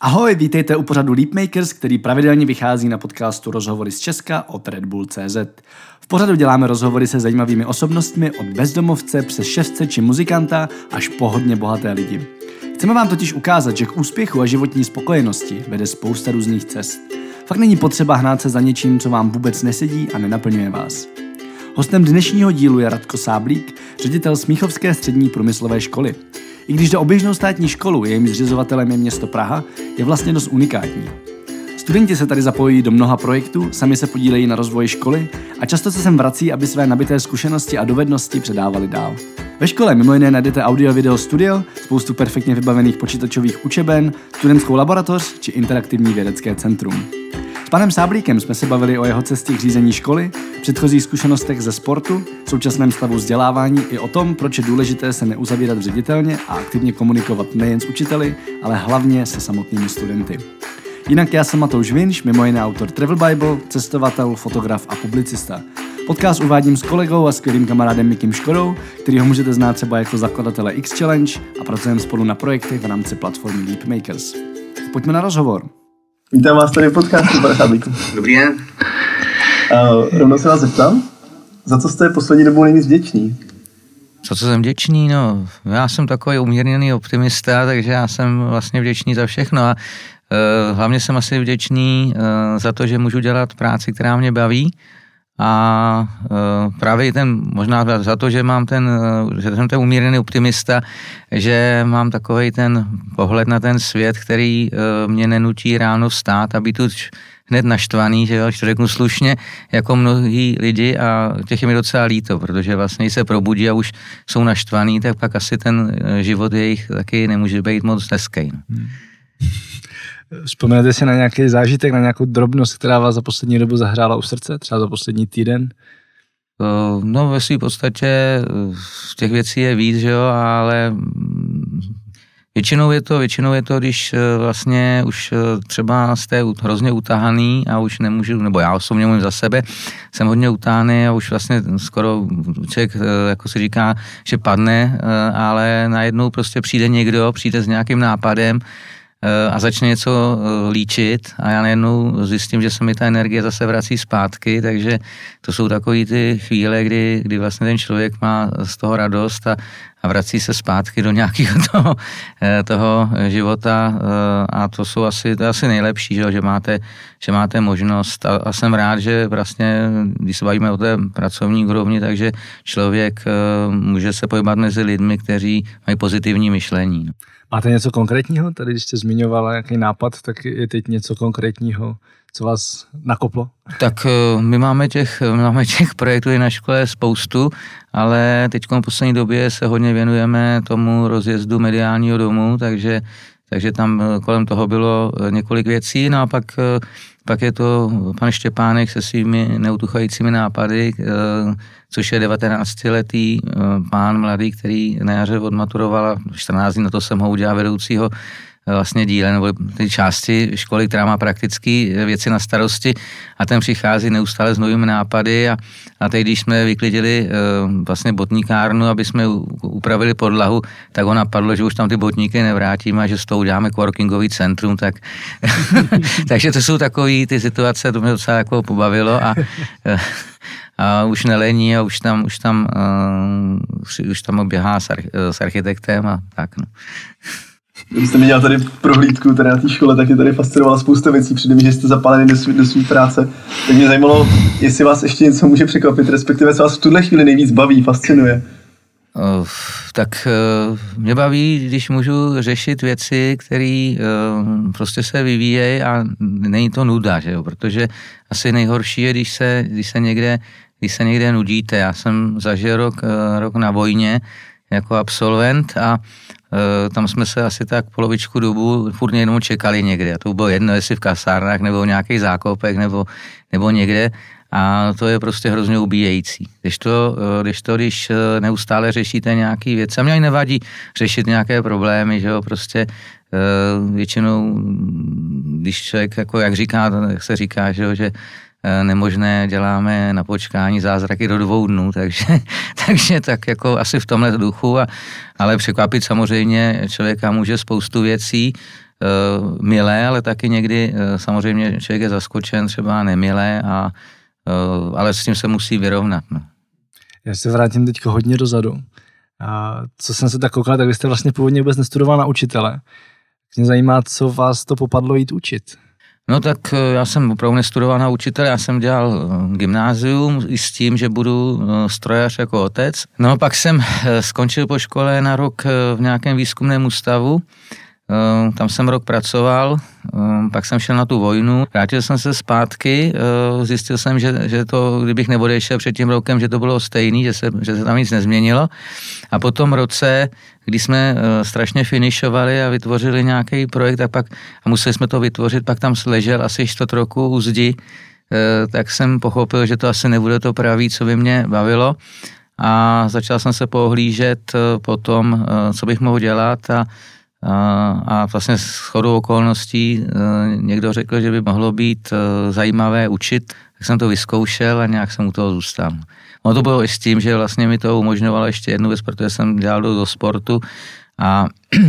Ahoj, vítejte u pořadu Leapmakers, který pravidelně vychází na podcastu Rozhovory z Česka od Red Bull.cz. V pořadu děláme rozhovory se zajímavými osobnostmi od bezdomovce přes ševce či muzikanta až po hodně bohaté lidi. Chceme vám totiž ukázat, že k úspěchu a životní spokojenosti vede spousta různých cest. Fakt není potřeba hnát se za něčím, co vám vůbec nesedí a nenaplňuje vás. Hostem dnešního dílu je Radko Sáblík, ředitel Smíchovské střední průmyslové školy. I když jde o běžnou státní školu, jejímž zřizovatelem je město Praha, je vlastně dost unikátní. Studenti se tady zapojí do mnoha projektů, sami se podílejí na rozvoji školy a často se sem vrací, aby své nabité zkušenosti a dovednosti předávali dál. Ve škole mimo jiné najdete audio-video studio, spoustu perfektně vybavených počítačových učeben, studentskou laboratoř či interaktivní vědecké centrum. S panem Sáblíkem jsme se bavili o jeho cestě k řízení školy, předchozích zkušenostech ze sportu, současném stavu vzdělávání i o tom, proč je důležité se neuzavírat ředitelně a aktivně komunikovat nejen s učiteli, ale hlavně se samotnými studenty. Jinak já jsem Matouš Vinš, mimo jiné autor Travel Bible, cestovatel, fotograf a publicista. Podcast uvádím s kolegou a skvělým kamarádem Mikim Škodou, kterýho můžete znát třeba jako zakladatele X Challenge a pracujeme spolu na projektech v rámci platformy Leapmakers. Pojďme na rozhovor. Vítám vás tady v podcastu, pane Sáblíku. Dobrý den. Rovnou se vás zeptám, za co jste poslední dobou nejvíc vděčný? Co jsem vděčný? No, já jsem takový umírněný optimista, takže já jsem vlastně vděčný za všechno a hlavně jsem asi vděčný za to, že můžu dělat práci, která mě baví a právě možná za to, že jsem ten umírněný optimista, že mám takovej ten pohled na ten svět, který mě nenutí ráno vstát a být tu hned naštvaný, že to řeknu slušně, jako mnohí lidi a těch je mi docela líto, protože vlastně se probudí a už jsou naštvaný, tak pak asi ten život jejich taky nemůže být moc hezký. Vzpomenete si na nějaký zážitek, na nějakou drobnost, která vás za poslední dobu zahrála u srdce, třeba za poslední týden? No ve své podstatě těch věcí je víc, že jo, ale většinou je to, když vlastně už třeba jste hrozně utahaný a už nemůžu, nebo já osobně mluvím za sebe, jsem hodně utáhaný a už vlastně skoro člověk, jako se říká, že padne, ale najednou prostě přijde s nějakým nápadem a začne něco líčit a já najednou zjistím, že se mi ta energie zase vrací zpátky, takže to jsou takový ty chvíle, kdy vlastně ten člověk má z toho radost a vrací se zpátky do nějakého toho života a to je asi nejlepší, že máte možnost a jsem rád, že vlastně, když se bavíme o té pracovní úrovni, takže člověk může se pohybovat mezi lidmi, kteří mají pozitivní myšlení. Máte něco konkrétního? Tady, když jste zmiňovala nějaký nápad, tak je teď něco konkrétního, co vás nakoplo? Tak my máme těch projektů i na škole spoustu, ale teď v poslední době se hodně věnujeme tomu rozjezdu mediálního domu, takže tam kolem toho bylo několik věcí, no a pak je to pan Štěpánek se svými neutuchajícími nápady, což je 19letý pán mladý, který na jaře odmaturoval, 14 dní na to jsem ho udělal vedoucího vlastně díle, nebo ty části školy, která má praktické věci na starosti a ten přichází neustále s novými nápady a teď, když jsme vyklidili vlastně botníkárnu, aby jsme upravili podlahu, tak ho napadlo, že už tam ty botníky nevrátíme a že z toho uděláme coworkingový centrum, tak takže to jsou takové ty situace, to mě docela jako pobavilo a už nelení a už tam oběhá s architektem a tak, no. Když jste mi dělal tady prohlídku tady na té škole, tak je tady fascinovala spousta věcí, přijde mi, že jste zapáleni do své práce. Tak mě zajímalo, jestli vás ještě něco může překvapit, respektive co vás v tuhle chvíli nejvíc baví, fascinuje. Tak mě baví, když můžu řešit věci, které prostě se vyvíjejí a není to nuda, že jo? Protože asi nejhorší je, když se někde nudíte. Já jsem zažil rok na vojně jako absolvent a tam jsme se asi tak polovičku dobu furt jenom čekali někde. A to bylo jedno, jestli v kasárnách nebo v nějakých zákopech nebo někde. A to je prostě hrozně ubíjející. Když neustále řešíte nějaký věci, a mě ani nevadí řešit nějaké problémy, že jo, prostě většinou, když člověk, jako jak se říká, že nemožné děláme na počkání zázraky do 2 dnů, takže tak jako asi v tomhle duchu, ale překvapit samozřejmě člověka může spoustu věcí. milé, ale taky někdy samozřejmě člověk je zaskočen třeba nemilé, ale s tím se musí vyrovnat. No. Já se vrátím teď hodně dozadu. A co jsem se tak koukal, tak vy jste vlastně původně vůbec nestudoval na učitele. Mě zajímá, co vás to popadlo jít učit. No tak já jsem opravdu nestudoval na učitele, já jsem dělal gymnázium i s tím, že budu strojař jako otec. No pak jsem skončil po škole na rok v nějakém výzkumném ústavu, tam jsem rok pracoval, pak jsem šel na tu vojnu, vrátil jsem se zpátky, zjistil jsem, že to, kdybych neodešel před tím rokem, že to bylo stejný, že se tam nic nezměnilo. A po tom roce, kdy jsme strašně finišovali a vytvořili nějaký projekt a museli jsme to vytvořit, pak tam ležel asi 4 roku u zdi, tak jsem pochopil, že to asi nebude to pravý, co by mě bavilo. A začal jsem se poohlížet po tom, co bych mohl dělat a vlastně shodou okolností někdo řekl, že by mohlo být zajímavé učit, tak jsem to vyzkoušel a nějak jsem u toho zůstal. Ono to bylo i s tím, že vlastně mi to umožňovalo ještě jednu věc, protože jsem dělal do sportu a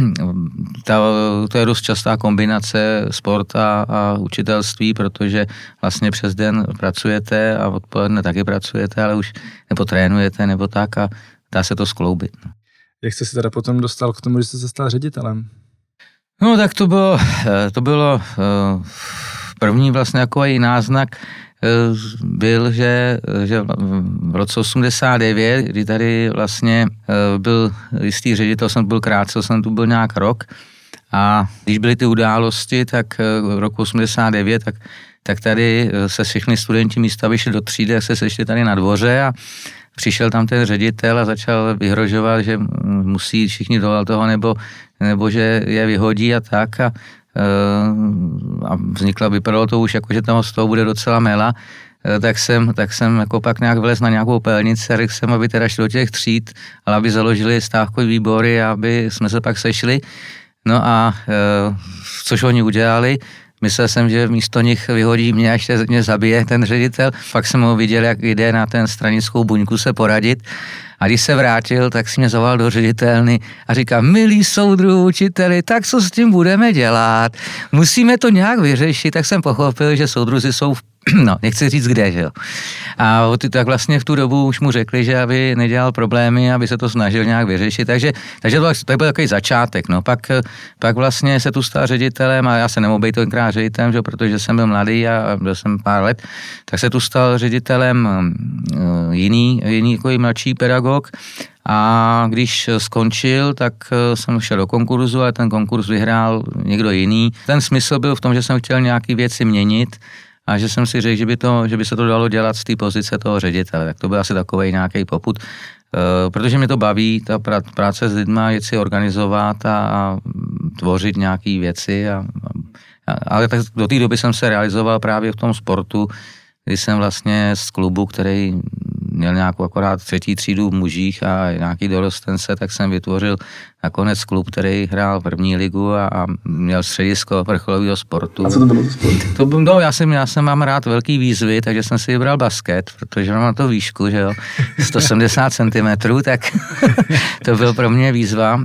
to je dost častá kombinace sport a učitelství, protože vlastně přes den pracujete a odpoledne taky pracujete, ale už nebo trénujete nebo tak a dá se to skloubit. Jak jste se teda potom dostal k tomu, že jste se stal ředitelem? No tak to bylo první vlastně takový náznak byl, že v roce 89, kdy tady vlastně byl jistý ředitel, jsem byl krátce, jsem tu byl nějak rok a když byly ty události, tak v roku 89, tak tady se všichni studenti místa vyšli do třídy, se sešli tady na dvoře a přišel tam ten ředitel a začal vyhrožovat, že musí všichni dolat toho, nebo že je vyhodí a tak a vypadalo to už jako, že tam z toho bude docela mela, tak jsem jako pak nějak vylez na nějakou pelnici a řekl jsem, aby teda šli do těch tříd, ale aby založili stávkový výbory, aby jsme se pak sešli. No a což oni udělali, myslel jsem, že místo nich vyhodí mě, až mě zabije ten ředitel. Pak jsem ho viděl, jak jde na ten stranickou buňku se poradit. A když se vrátil, tak si mě zavolal do ředitelny a říká, milí soudruhu učiteli, tak co s tím budeme dělat? Musíme to nějak vyřešit. Tak jsem pochopil, že soudruzi jsou nechci říct kde, že jo. A tak vlastně v tu dobu už mu řekli, že aby nedělal problémy, aby se to snažil nějak vyřešit, takže to byl takový začátek, no. Pak vlastně se tu stal ředitelem a já se nemohl být tenkrát ředitelem, že, protože jsem byl mladý a byl jsem pár let, tak se tu stal ředitelem jiný jako mladší pedagog. A když skončil, tak jsem šel do konkurzu, ale ten konkurs vyhrál někdo jiný. Ten smysl byl v tom, že jsem chtěl nějaké věci měnit a že jsem si řekl, že by se to dalo dělat z té pozice toho ředitele. Tak to byl asi takovej nějaký popud, protože mě to baví, ta práce s lidma, jet si organizovat a tvořit nějaké věci. Ale tak do té doby jsem se realizoval právě v tom sportu, kdy jsem vlastně z klubu, který měl nějakou akorát 3. třídu v mužích a nějaký dorostence, tak jsem vytvořil nakonec klub, který hrál 1. ligu a měl středisko vrcholového sportu. A co to bylo za sport? Já jsem mám rád velký výzvy, takže jsem si vybral basket, protože mám na to výšku, že jo, 170 cm, tak to byl pro mě výzva.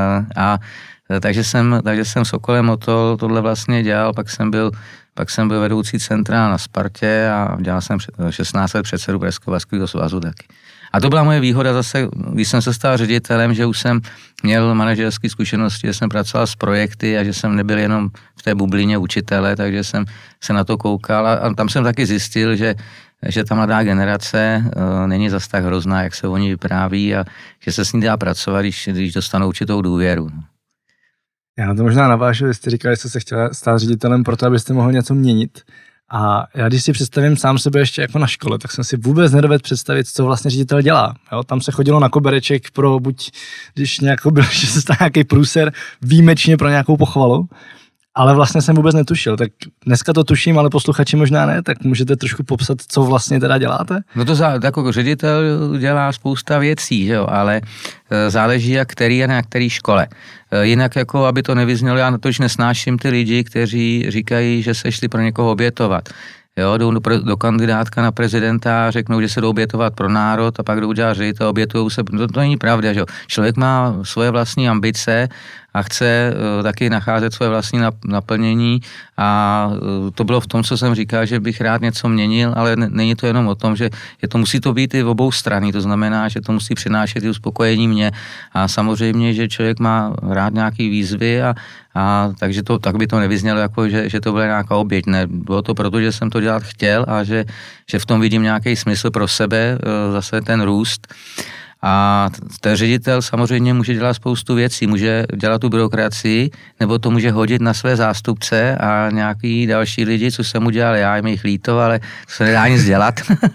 Takže jsem s Okolem Motol tohle vlastně dělal, pak jsem byl vedoucí centra na Spartě a dělal jsem 16 let předsedu Pražského basketového svazu taky. A to byla moje výhoda zase, když jsem se stal ředitelem, že už jsem měl manažerské zkušenosti, že jsem pracoval s projekty a že jsem nebyl jenom v té bublině učitele, takže jsem se na to koukal a tam jsem taky zjistil, že ta mladá generace není zas tak hrozná, jak se o ní vypráví a že se s ní dá pracovat, když dostanou určitou důvěru. Já na to možná navážu, vy jste říkali, že jste se chtěla stát ředitelem proto, abyste mohl něco měnit. A já když si představím sám sebe ještě jako na škole, tak jsem si vůbec nedovedl představit, co vlastně ředitel dělá. Jo, tam se chodilo na kobereček pro buď, když nějakou byl, že se stane nějaký průser, výjimečně pro nějakou pochvalu, ale vlastně jsem vůbec netušil. Tak dneska to tuším, ale posluchači možná ne, tak můžete trošku popsat, co vlastně teda děláte? No to jako ředitel dělá spousta věcí, že jo, ale záleží jak který a na který škole. Jinak jako, aby to nevyznělo, já na to už nesnáším ty lidi, kteří říkají, že se šli pro někoho obětovat. Jo, jdou do kandidátka na prezidenta a řeknou, že se jdou obětovat pro národ a pak jdou dělat ředitel, obětujou se. To není pravda, že jo. Člověk má svoje vlastní ambice a chce taky nacházet svoje vlastní naplnění a to bylo v tom, co jsem říkal, že bych rád něco měnil, ale není to jenom o tom, že musí to být i v obou strany, to znamená, že to musí přinášet i uspokojení mě a samozřejmě, že člověk má rád nějaký výzvy a takže tak by to nevyznělo jako, že to byla nějaká oběť. Ne, bylo to proto, že jsem to dělat chtěl a že v tom vidím nějaký smysl pro sebe, zase ten růst. A ten ředitel samozřejmě může dělat spoustu věcí, může dělat tu byrokracii, nebo to může hodit na své zástupce a nějaký další lidi, co jsem udělal já, jim jich líto, ale to se nedá nic dělat.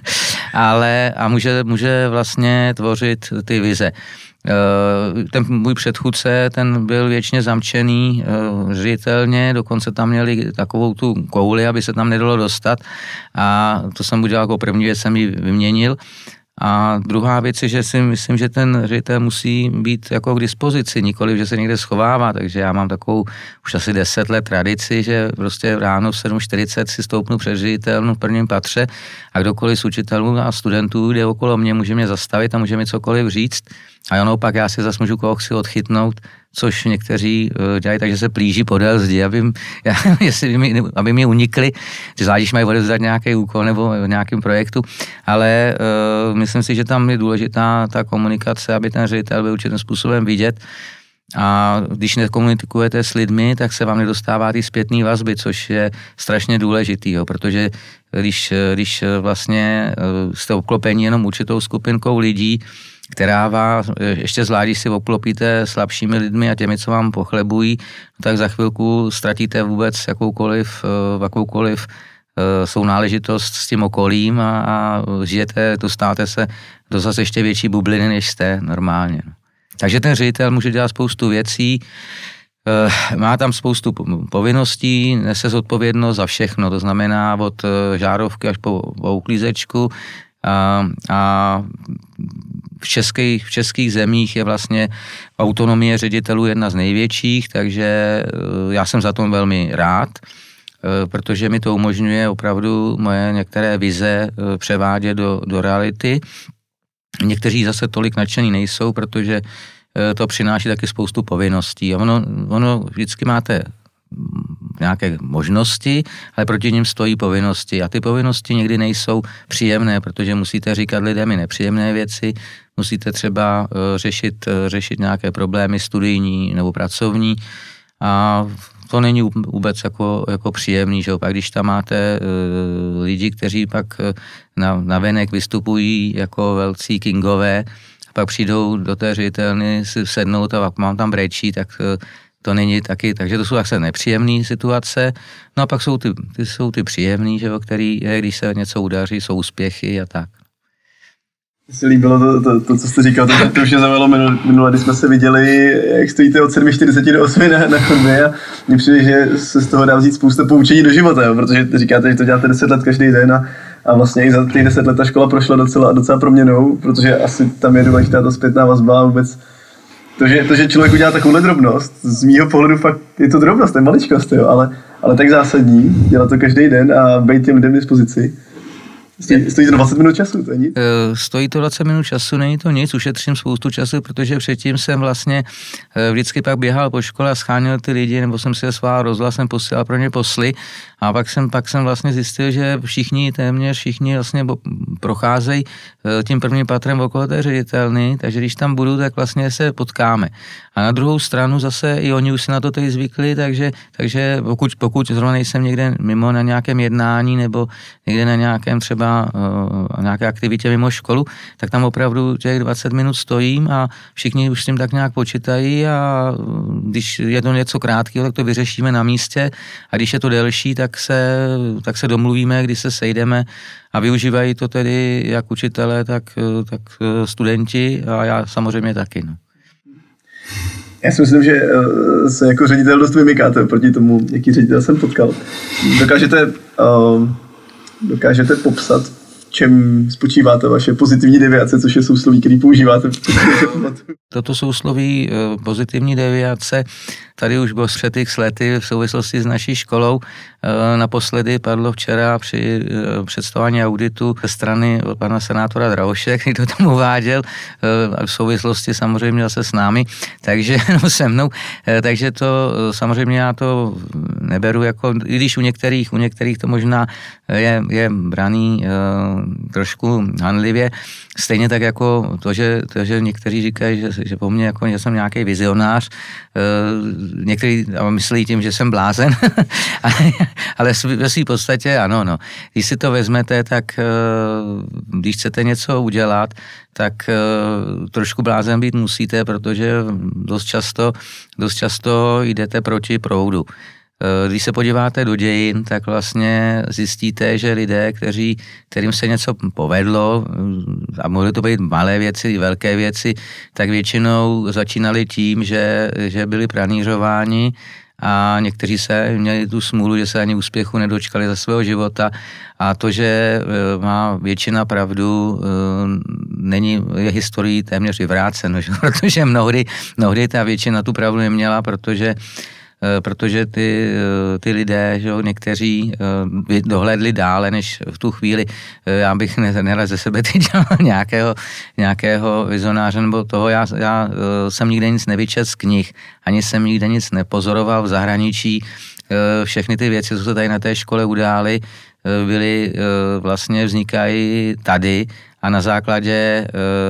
a může vlastně tvořit ty vize. Ten můj předchůdce, ten byl věčně zamčený ředitelně, dokonce tam měli takovou tu kouli, aby se tam nedalo dostat a to jsem udělal jako první věc, jsem ji vyměnil. A druhá věc je, že si myslím, že ten ředitel musí být jako k dispozici, nikoliv, že se někde schovává, takže já mám takovou už asi 10 let tradici, že prostě ráno v 7:40 si stoupnu před ředitelnu v prvním patře a kdokoliv z učitelů a studentů jde okolo mě, může mě zastavit a může mi cokoliv říct a naopak já si zase můžu koho chci odchytnout, což někteří dělají, takže se plíží podél zdi, aby mi unikli, že zvlášť mají odevzdat nějaký úkol nebo v nějakém projektu, ale myslím si, že tam je důležitá ta komunikace, aby ten ředitel byl určitým způsobem vidět a když nekomunikujete s lidmi, tak se vám nedostává ty zpětné vazby, což je strašně důležitý, protože když vlastně jste obklopeni jenom určitou skupinkou lidí, která vás, ještě zvlášť, když si obklopíte slabšími lidmi a těmi, co vám pochlebují, tak za chvilku ztratíte vůbec jakoukoliv sounáležitost s tím okolím a žijete, dostáte se do zase ještě větší bubliny, než jste normálně. Takže ten ředitel může dělat spoustu věcí, má tam spoustu povinností, nese zodpovědnost za všechno, to znamená od žárovky až po uklízečku a v českých zemích je vlastně autonomie ředitelů jedna z největších, takže já jsem za to velmi rád, protože mi to umožňuje opravdu moje některé vize převádět do reality. Někteří zase tolik nadšený nejsou, protože to přináší taky spoustu povinností. A ono vždycky máte nějaké možnosti, ale proti nim stojí povinnosti. A ty povinnosti někdy nejsou příjemné, protože musíte říkat lidem i nepříjemné věci, musíte třeba řešit nějaké problémy studijní nebo pracovní a to není vůbec jako příjemný, že pak když tam máte lidi, kteří pak na venek vystupují jako velcí kingové, a pak přijdou do té ředitelny si sednout a pak mám tam brečí, tak to není taky, takže to jsou zase nepříjemné situace. No a pak jsou ty příjemný, že který, když se něco udaří, jsou úspěchy a tak. Mně se líbilo to, co jste říkal, to už je zavělo minule, když jsme se viděli, jak stojíte od 7:40 do 8 na chodbě a mně přijde, že se z toho dá vzít spousta poučení do života, jo, protože říkáte, že to děláte 10 let každý den a vlastně i za těch 10 let ta škola prošla docela proměnou, protože asi tam je důležitá ta zpětná vazba a vůbec to, že člověk udělá takovouhle drobnost, z mýho pohledu fakt je to drobnost, to je maličkost, jo, ale tak zásadní, dělat to každý den a být těm lidem k dispozici. Stojí to 20 minut času, to je nic? Stojí to 20 minut času, není to nic, ušetřím spoustu času, protože předtím jsem vlastně vždycky pak běhal po škole a scháněl ty lidi, nebo jsem si je svál rozhlas, jsem posílal pro ně posly a pak jsem vlastně zjistil, že téměř všichni vlastně procházejí tím prvním patrem okolo té ředitelny, takže když tam budu, tak vlastně se potkáme. A na druhou stranu zase i oni už si na to teď zvykli, takže pokud zrovna nejsem někde mimo na nějakém jednání nebo někde na nějakém třeba nějaké aktivitě mimo školu, tak tam opravdu těch 20 minut stojím a všichni už s tím tak nějak počítají a když je to něco krátkého, tak to vyřešíme na místě a když je to delší, tak se domluvíme, když se sejdeme a využívají to tedy jak učitelé, tak studenti a já samozřejmě taky. No. Já si myslím, že se jako ředitel dost vymykáte proti tomu, jaký ředitel jsem potkal. Dokážete popsat, v čem spočívá ta vaše pozitivní deviace, což je sousloví, který používáte? Toto sousloví pozitivní deviace tady už bylo před x lety v souvislosti s naší školou. Naposledy padlo včera při představování auditu ze strany pana senátora Drahoše, který to tam uváděl v souvislosti samozřejmě zase s námi, takže no, se mnou. Takže to samozřejmě já to neberu jako, i když u některých to možná je braný trošku hanlivě, stejně tak jako to, že někteří říkají, že po mně jako, že jsem nějaký vizionář, někteří myslí tím, že jsem blázen, ale ve své podstatě ano, no. Když si to vezmete, tak když chcete něco udělat, tak trošku blázen být musíte, protože dost často jdete proti proudu. Když se podíváte do dějin, tak vlastně zjistíte, že lidé, kterým se něco povedlo, a mohly to být malé věci, velké věci, tak většinou začínali tím, že byli pranířováni a někteří měli tu smůlu, že se ani úspěchu nedočkali za svého života a to, že má většina pravdu, je historií téměř vyvráceno, protože mnohdy ta většina tu pravdu neměla, protože ty lidé, že někteří dohlédli dále než v tu chvíli. Já bych nerad ze sebe teď dělal nějakého vizionáře nebo toho. Já jsem nikde nic nevyčet z knih, ani jsem nikde nic nepozoroval v zahraničí. Všechny ty věci, co se tady na té škole udály, vlastně vznikají tady a na základě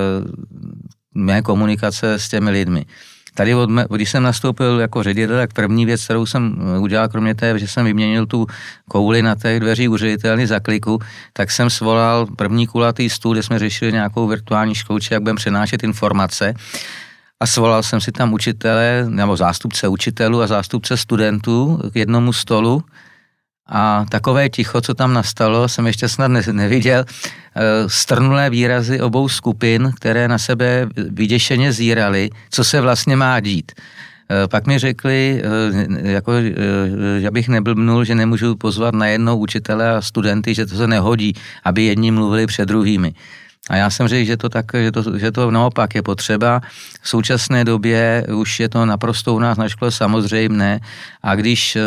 mé komunikace s těmi lidmi. Tady, když jsem nastoupil jako ředitel, tak první věc, kterou jsem udělal, kromě té, že jsem vyměnil tu kouli na těch dveří u ředitelny za kliku, tak jsem svolal první kulatý stůl, kde jsme řešili nějakou virtuální školu, jak budeme přenášet informace. A svolal jsem si tam učitele, nebo zástupce učitelů a zástupce studentů k jednomu stolu. A takové ticho, co tam nastalo, jsem ještě snad neviděl. Strnulé výrazy obou skupin, které na sebe vyděšeně zírali, co se vlastně má dít. Pak mi řekli, že bych neblbnul, že nemůžu pozvat najednou učitele a studenty, že to se nehodí, aby jedni mluvili před druhými. A já jsem řekl, že to naopak je potřeba. V současné době už je to naprosto u nás na škole samozřejmé a když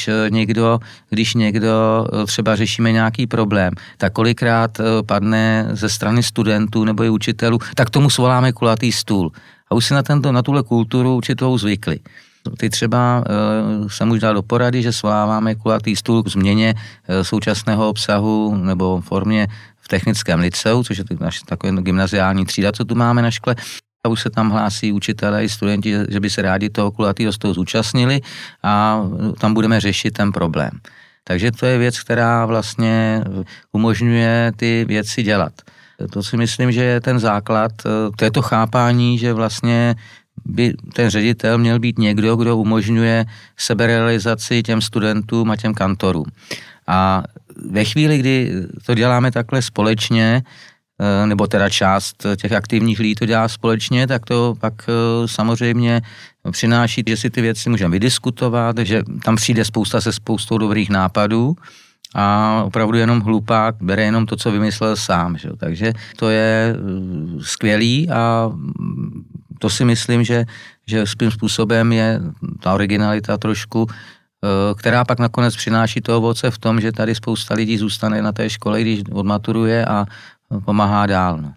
někdo třeba řešíme nějaký problém, tak kolikrát padne ze strany studentů nebo i učitelů, tak tomu svoláme kulatý stůl. A už si na tuhle kulturu učitelů zvykli. Ty třeba jsem už dal do porady, že svoláváme kulatý stůl k změně současného obsahu nebo formě v technickém liceu, což je takové gymnaziální třída, co tu máme na škole. A už se tam hlásí učitelé i studenti, že by se rádi toho kulatého stolu zúčastnili a tam budeme řešit ten problém. Takže to je věc, která vlastně umožňuje ty věci dělat. To si myslím, že je ten základ, to je to chápání, že vlastně by ten ředitel měl být někdo, kdo umožňuje seberealizaci těm studentům a těm kantorům. A ve chvíli, kdy to děláme takhle společně, nebo teda část těch aktivních lidí to dělá společně, tak to pak samozřejmě přináší, že si ty věci můžeme vydiskutovat, že tam přijde se spoustou dobrých nápadů a opravdu jenom hlupák bere jenom to, co vymyslel sám. Že? Takže to je skvělý a to si myslím, že svým způsobem je ta originalita trošku, která pak nakonec přináší to ovoce v tom, že tady spousta lidí zůstane na té škole, když odmaturuje a pomáhá dál. No.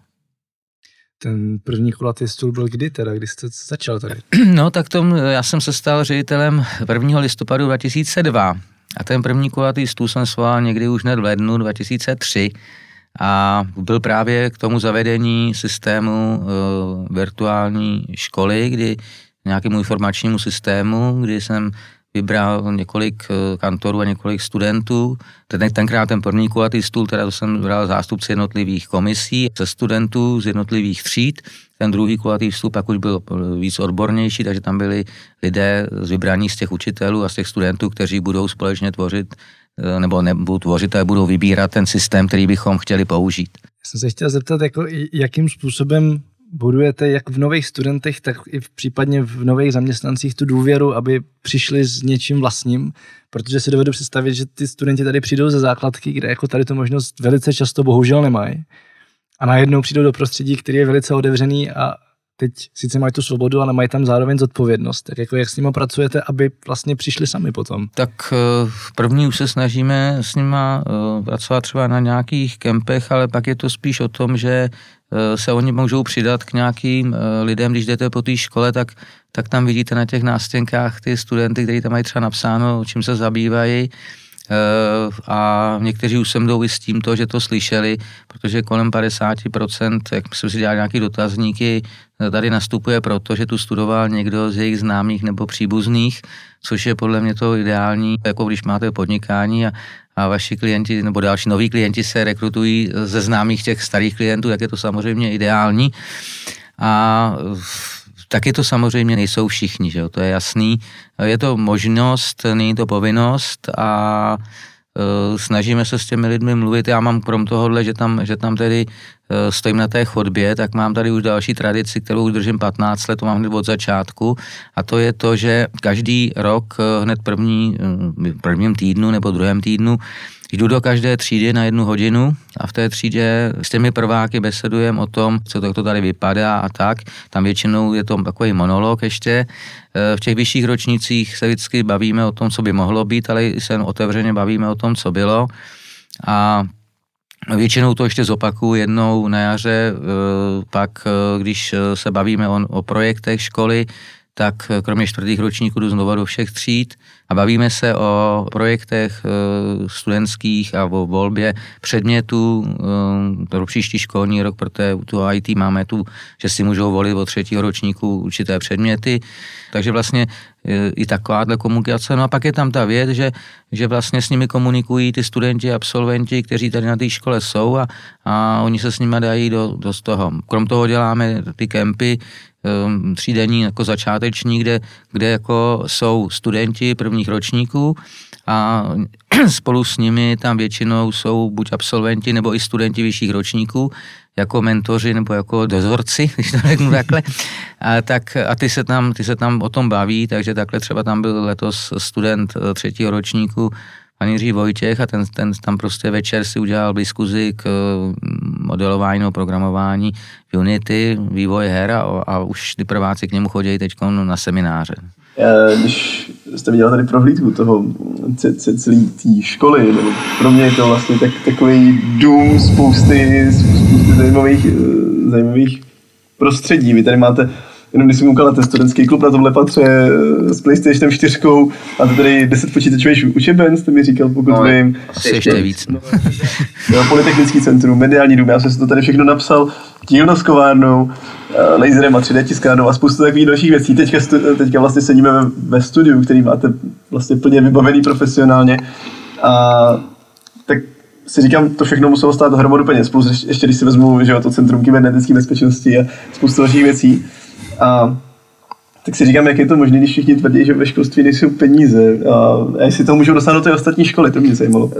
Ten první kulatý stůl byl kdy teda, kdy jste začal tady? No tak já jsem se stal ředitelem 1. listopadu 2002 a ten první kulatý stůl jsem svolal někdy už hned v lednu 2003 a byl právě k tomu zavedení systému virtuální školy, kdy nějakému informačnímu systému, kdy jsem vybral několik kantorů a několik studentů. Tenkrát ten první kulatý stůl, teda to jsem vybral zástupci jednotlivých komisí ze studentů z jednotlivých tříd. Ten druhý kulatý stůl pak už byl víc odbornější, takže tam byli lidé z vybraní z těch učitelů a z těch studentů, kteří budou společně tvořit, nebo nebudou tvořit, ale budou vybírat ten systém, který bychom chtěli použít. Já jsem se chtěl zeptat, jakým způsobem budujete jak v nových studentech, tak i případně v nových zaměstnancích tu důvěru, aby přišli s něčím vlastním, protože si dovedu představit, že ty studenti tady přijdou ze základky, kde jako tady tu možnost velice často bohužel nemají. A najednou přijdou do prostředí, který je velice otevřený a teď sice mají tu svobodu, ale mají tam zároveň zodpovědnost. Tak jako jak s nimi pracujete, aby vlastně přišli sami potom? Tak v první už se snažíme s nima pracovat třeba na nějakých kempech, ale pak je to spíš o tom, že se oni můžou přidat k nějakým lidem, když jdete po té škole, tak tam vidíte na těch nástěnkách ty studenty, kteří tam mají třeba napsáno, čím se zabývají, a někteří už sem jdou i s tímto, že to slyšeli, protože kolem 50%, jak jsme si dělali nějaký dotazníky, tady nastupuje proto, že tu studoval někdo z jejich známých nebo příbuzných, což je podle mě to ideální, jako když máte podnikání a vaši klienti nebo další noví klienti se rekrutují ze známých těch starých klientů, tak je to samozřejmě ideální. A taky to samozřejmě nejsou všichni, že jo, to je jasný. Je to možnost, není to povinnost a snažíme se s těmi lidmi mluvit. Já mám krom tohohle, že tam tedy stojím na té chodbě, tak mám tady už další tradici, kterou už držím 15 let, to mám hned od začátku, a to je to, že každý rok hned prvním týdnu nebo druhém týdnu jdu do každé třídy na 1 hodinu a v té třídě s těmi prváky besedujeme o tom, co to tady vypadá a tak. Tam většinou je to takový monolog ještě. V těch vyšších ročnících se vždycky bavíme o tom, co by mohlo být, ale i se otevřeně bavíme o tom, co bylo. A většinou to ještě zopakuju jednou na jaře, pak když se bavíme o projektech školy, tak kromě 4. ročníků jdu znova do všech tříd a bavíme se o projektech studentských a o volbě předmětů pro příští školní rok, protože tu IT máme tu, že si můžou volit od 3. ročníku určité předměty, takže vlastně i takováhle komunikace. No a pak je tam ta věc, že vlastně s nimi komunikují ty studenti, absolventi, kteří tady na té škole jsou a oni se s nimi dají do toho. Krom toho děláme ty kempy, třídenní jako začáteční, kde jako jsou studenti prvních ročníků a spolu s nimi tam většinou jsou buď absolventi nebo i studenti vyšších ročníků jako mentoři nebo jako dozorci, když to řeknu takhle. A ty se tam o tom baví, takže takhle třeba tam byl letos student 3. ročníku pan Jiří Vojtěch a ten tam prostě večer si udělal diskuzi k modelování nebo programování Unity, vývoj her a už ty prváci k němu chodí teď na semináře. Když jste viděl tady prohlídku toho celé té školy, nebo pro mě je to vlastně takový dům spousty zajímavých prostředí. Vy tady máte, jenom když jsem koukal na ten studentský klub na tomhle patře s PlayStation 4, máte tady 10 počítačových učeben, jste mi říkal, pokud vím. Asi ještě víc. No, Polytechnický centrum, mediální dům, já jsem si to tady všechno napsal, dílna s kovárnou, laserem a 3D tiskárnou a spoustu takových dalších věcí. Teďka vlastně sedíme ve studiu, který máte vlastně plně vybavený profesionálně. A tak si říkám, to všechno muselo stát hromadu peněz. Plus ještě když si vezmu, že to centrum kybernetické bezpečnosti a spoustu dalších věcí. A tak si říkám, jak je to možné, když všichni tvrdí, že ve školství nejsou peníze. A jestli to můžou dostat do té ostatní školy, to mě zajímalo.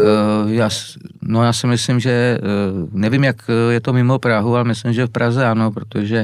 Já si myslím, že nevím, jak je to mimo Prahu, ale myslím, že v Praze ano, protože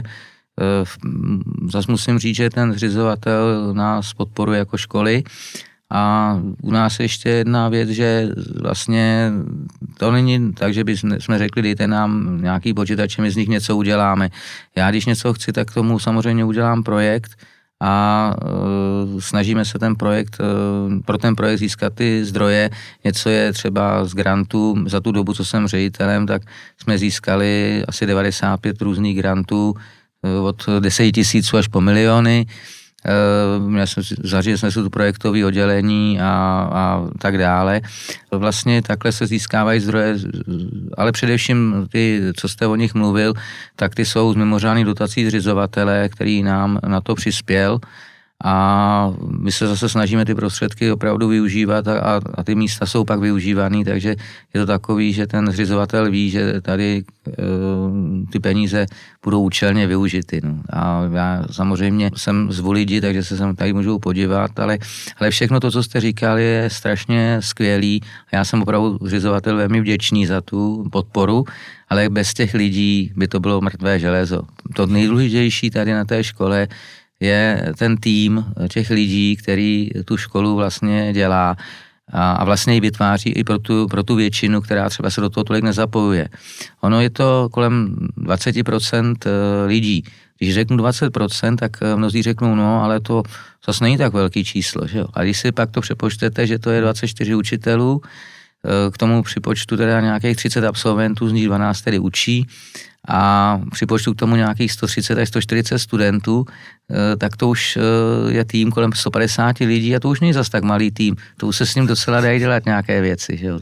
zase musím říct, že ten zřizovatel nás podporuje jako školy. A u nás ještě jedna věc, že vlastně to není tak, že bychom řekli, dejte nám nějaký počítač, my z nich něco uděláme. Já když něco chci, tak k tomu samozřejmě udělám projekt a snažíme se pro ten projekt získat ty zdroje. Něco je třeba z grantů. Za tu dobu, co jsem ředitelem, tak jsme získali asi 95 různých grantů od 10 000 až po miliony. Zařídili jsme si tu projektové oddělení a tak dále. Vlastně takhle se získávají zdroje, ale především ty, co jste o nich mluvil, tak ty jsou z mimořádných dotací zřizovatele, který nám na to přispěl. A my se zase snažíme ty prostředky opravdu využívat a ty místa jsou pak využívaný, takže je to takový, že ten zřizovatel ví, že tady ty peníze budou účelně využity. No. A já samozřejmě jsem z Volidi, takže se sem tady můžu podívat, ale všechno to, co jste říkali, je strašně skvělý a já jsem opravdu zřizovatel velmi vděčný za tu podporu. ale bez těch lidí by to bylo mrtvé železo. To nejdůležitější tady na té škole je ten tým těch lidí, který tu školu vlastně dělá a vlastně ji vytváří i pro tu většinu, která třeba se do toho tolik nezapojuje. Ono je to kolem 20% lidí. Když řeknu 20%, tak mnozí řeknou, no, ale to zase není tak velký číslo, že jo. A když si pak to přepočtete, že to je 24 učitelů, k tomu připočtu teda nějakých 30 absolventů, z nich 12 tedy učí, a připočtu k tomu nějakých 130 až 140 studentů, tak to už je tým kolem 150 lidí a to už není zas tak malý tým. To už se s ním docela dají dělat nějaké věci, že jo.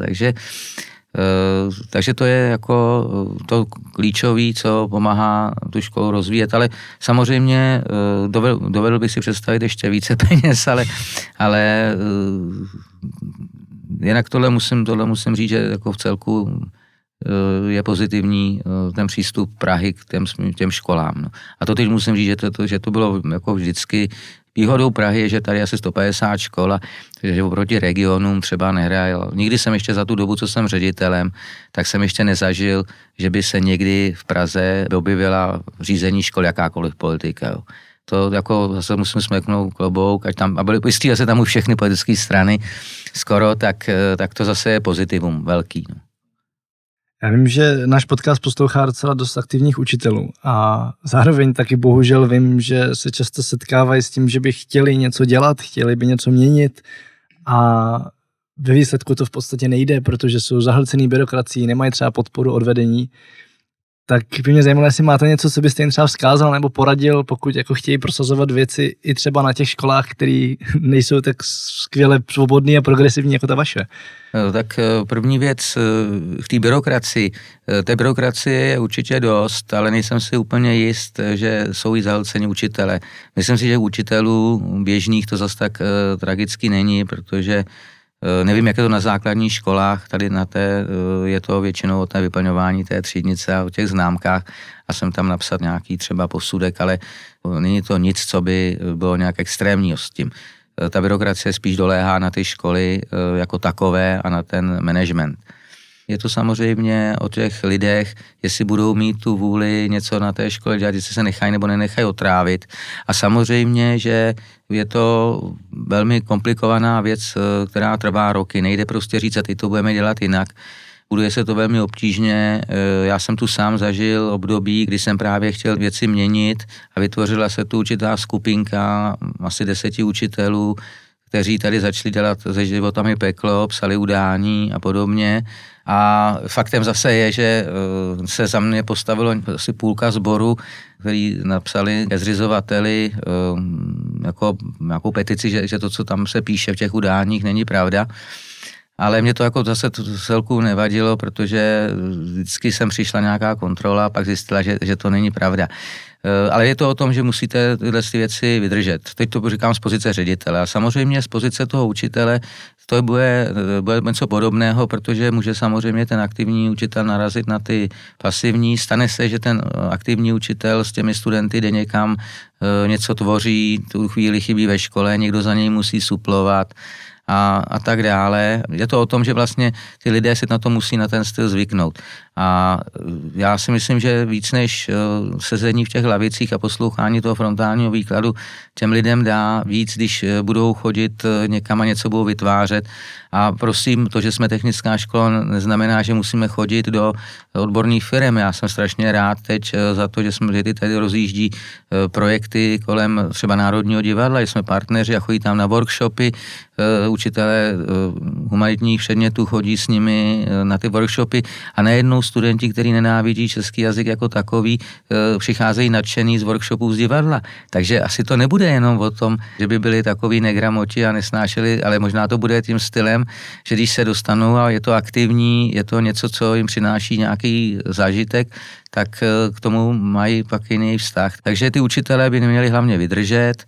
Takže to je jako to klíčové, co pomáhá tu školu rozvíjet, ale samozřejmě dovedl bych si představit ještě více peněz, ale jinak tohle musím říct, že jako v celku je pozitivní ten přístup Prahy k těm školám. No. A to teď musím říct, že to bylo jako vždycky výhodou Prahy je, že tady je asi 150 škol, takže oproti regionům třeba nehraje. Nikdy jsem ještě za tu dobu, co jsem ředitelem, tak jsem ještě nezažil, že by se někdy v Praze objevila řízení škol jakákoliv politika. Jo. To jako zase musím smeknout klobouk, a byly jistý se tam už všechny politické strany skoro, tak to zase je pozitivum velký. No. Já vím, že náš podcast poslouchá docela dost aktivních učitelů a zároveň taky bohužel vím, že se často setkávají s tím, že by chtěli něco dělat, chtěli by něco měnit a ve výsledku to v podstatě nejde, protože jsou zahlcený byrokracií, nemají třeba podporu od vedení. Tak by mě zajímalo, jestli máte něco, co byste jim třeba vzkázal nebo poradil, pokud jako chtějí prosazovat věci i třeba na těch školách, které nejsou tak skvěle svobodný a progresivní jako ta vaše. No, tak první věc v té byrokracii. Té byrokracie je určitě dost, ale nejsem si úplně jist, že jsou i zahlceni učitele. Myslím si, že učitelů běžných to zas tak tragicky není, protože nevím, jak je to na základních školách, tady na té je to většinou o té vyplňování té třídnice a o těch známkách a jsem tam napsat nějaký třeba posudek, ale není to nic, co by bylo nějak extrémního s tím. Ta byrokracie spíš doléhá na ty školy jako takové a na ten management. Je to samozřejmě o těch lidech, jestli budou mít tu vůli něco na té škole dělat, jestli se nechají nebo nenechají otrávit. A samozřejmě, že je to velmi komplikovaná věc, která trvá roky. Nejde prostě říct, a teď to budeme dělat jinak. Buduje se to velmi obtížně. Já jsem tu sám zažil období, kdy jsem právě chtěl věci měnit a vytvořila se tu určitá skupinka asi 10 učitelů, kteří tady začali dělat se životami peklo, psali udání a podobně. A faktem zase je, že se za mě postavilo asi půlka sboru, který napsali ke zřizovateli jako nějakou petici, že to, co tam se píše v těch udáních, není pravda. Ale mě to jako zase celku nevadilo, protože vždycky sem přišla nějaká kontrola a pak zjistila, že to není pravda. Ale je to o tom, že musíte tyhle věci vydržet. Teď to říkám z pozice ředitele. A samozřejmě z pozice toho učitele to bude něco podobného, protože může samozřejmě ten aktivní učitel narazit na ty pasivní. Stane se, že ten aktivní učitel s těmi studenty jde někam, něco tvoří, tu chvíli chybí ve škole, někdo za něj musí suplovat a tak dále. Je to o tom, že vlastně ty lidé si na to musí na ten styl zvyknout. A já si myslím, že víc než sezení v těch lavicích a poslouchání toho frontálního výkladu těm lidem dá víc, když budou chodit někam a něco budou vytvářet. A prosím, to, že jsme technická škola, neznamená, že musíme chodit do odborných firm. Já jsem strašně rád teď za to, že tady rozjíždí projekty kolem třeba Národního divadla, že jsme partneři a chodí tam na workshopy, učitelé humanitních předmětů chodí s nimi na ty workshopy a najednou studenti, kteří nenávidí český jazyk jako takový, přicházejí nadšený z workshopů z divadla. Takže asi to nebude jenom o tom, že by byli takový negramoti a nesnášeli, ale možná to bude tím stylem, že když se dostanou a je to aktivní, je to něco, co jim přináší nějaký zážitek, tak k tomu mají pak jiný vztah. Takže ty učitelé by neměli hlavně vydržet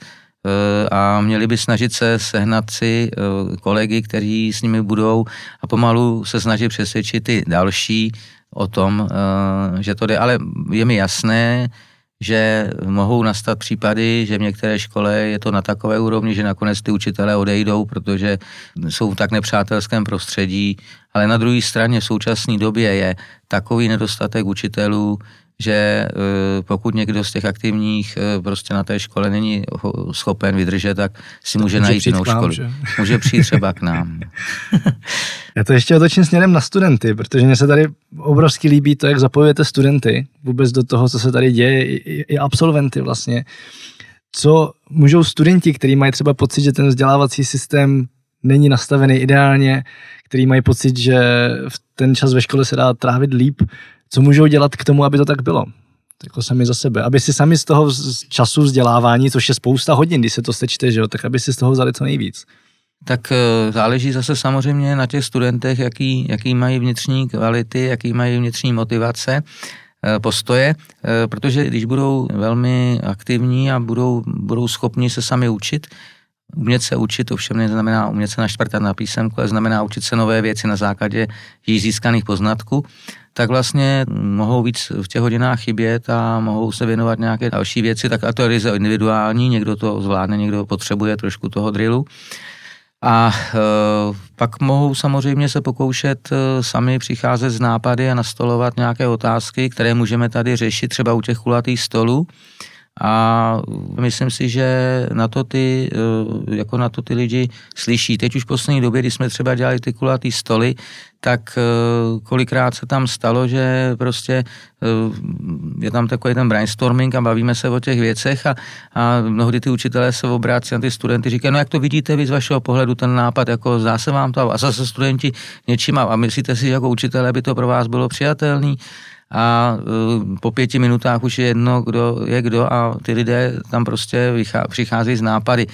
a měli by snažit se sehnat si kolegy, kteří s nimi budou a pomalu se snažit přesvědčit ty další o tom, že to jde. Ale je mi jasné, že mohou nastat případy, že v některé škole je to na takové úrovni, že nakonec ty učitelé odejdou, protože jsou v tak nepřátelském prostředí, ale na druhé straně v současné době je takový nedostatek učitelů, že pokud někdo z těch aktivních prostě na té škole není schopen vydržet, tak si může najít jinou školu. Může přijít třeba k nám. Já to ještě otočím směrem na studenty, protože mně se tady obrovsky líbí to, jak zapojujete studenty vůbec do toho, co se tady děje, i absolventy vlastně. Co můžou studenti, kteří mají třeba pocit, že ten vzdělávací systém není nastavený ideálně, kteří mají pocit, že v ten čas ve škole se dá trávit líp, co můžou dělat k tomu, aby to tak bylo? Jako sami za sebe. Aby si sami z toho času vzdělávání, což je spousta hodin, když se to sečte, že jo, tak aby si z toho vzali co nejvíc. Tak záleží zase samozřejmě na těch studentech, jaký mají vnitřní kvality, jaký mají vnitřní motivace, postoje, protože když budou velmi aktivní a budou schopni se sami učit, umět se učit, ovšem neznamená umět se našprtat na písemku, ale znamená učit se nové věci na základě již získaných poznatků, tak vlastně mohou víc v těch hodinách chybět a mohou se věnovat nějaké další věci, tak a to je ryze individuální, někdo to zvládne, někdo potřebuje trošku toho drillu. A pak mohou samozřejmě se pokoušet sami přicházet z nápady a nastolovat nějaké otázky, které můžeme tady řešit třeba u těch kulatých stolů. A myslím si, že na to ty lidi slyší. Teď už v poslední době, když jsme třeba dělali ty kulatý stoly, tak kolikrát se tam stalo, že prostě je tam takový ten brainstorming a bavíme se o těch věcech a mnohdy ty učitelé se obrácí na ty studenty, říkají, no jak to vidíte vy z vašeho pohledu ten nápad, jako zdá se vám to a zase studenti něčím a myslíte si, že jako učitelé by to pro vás bylo přijatelný? A po 5 minutách už je jedno, kdo je kdo a ty lidé tam prostě přicházejí z nápady.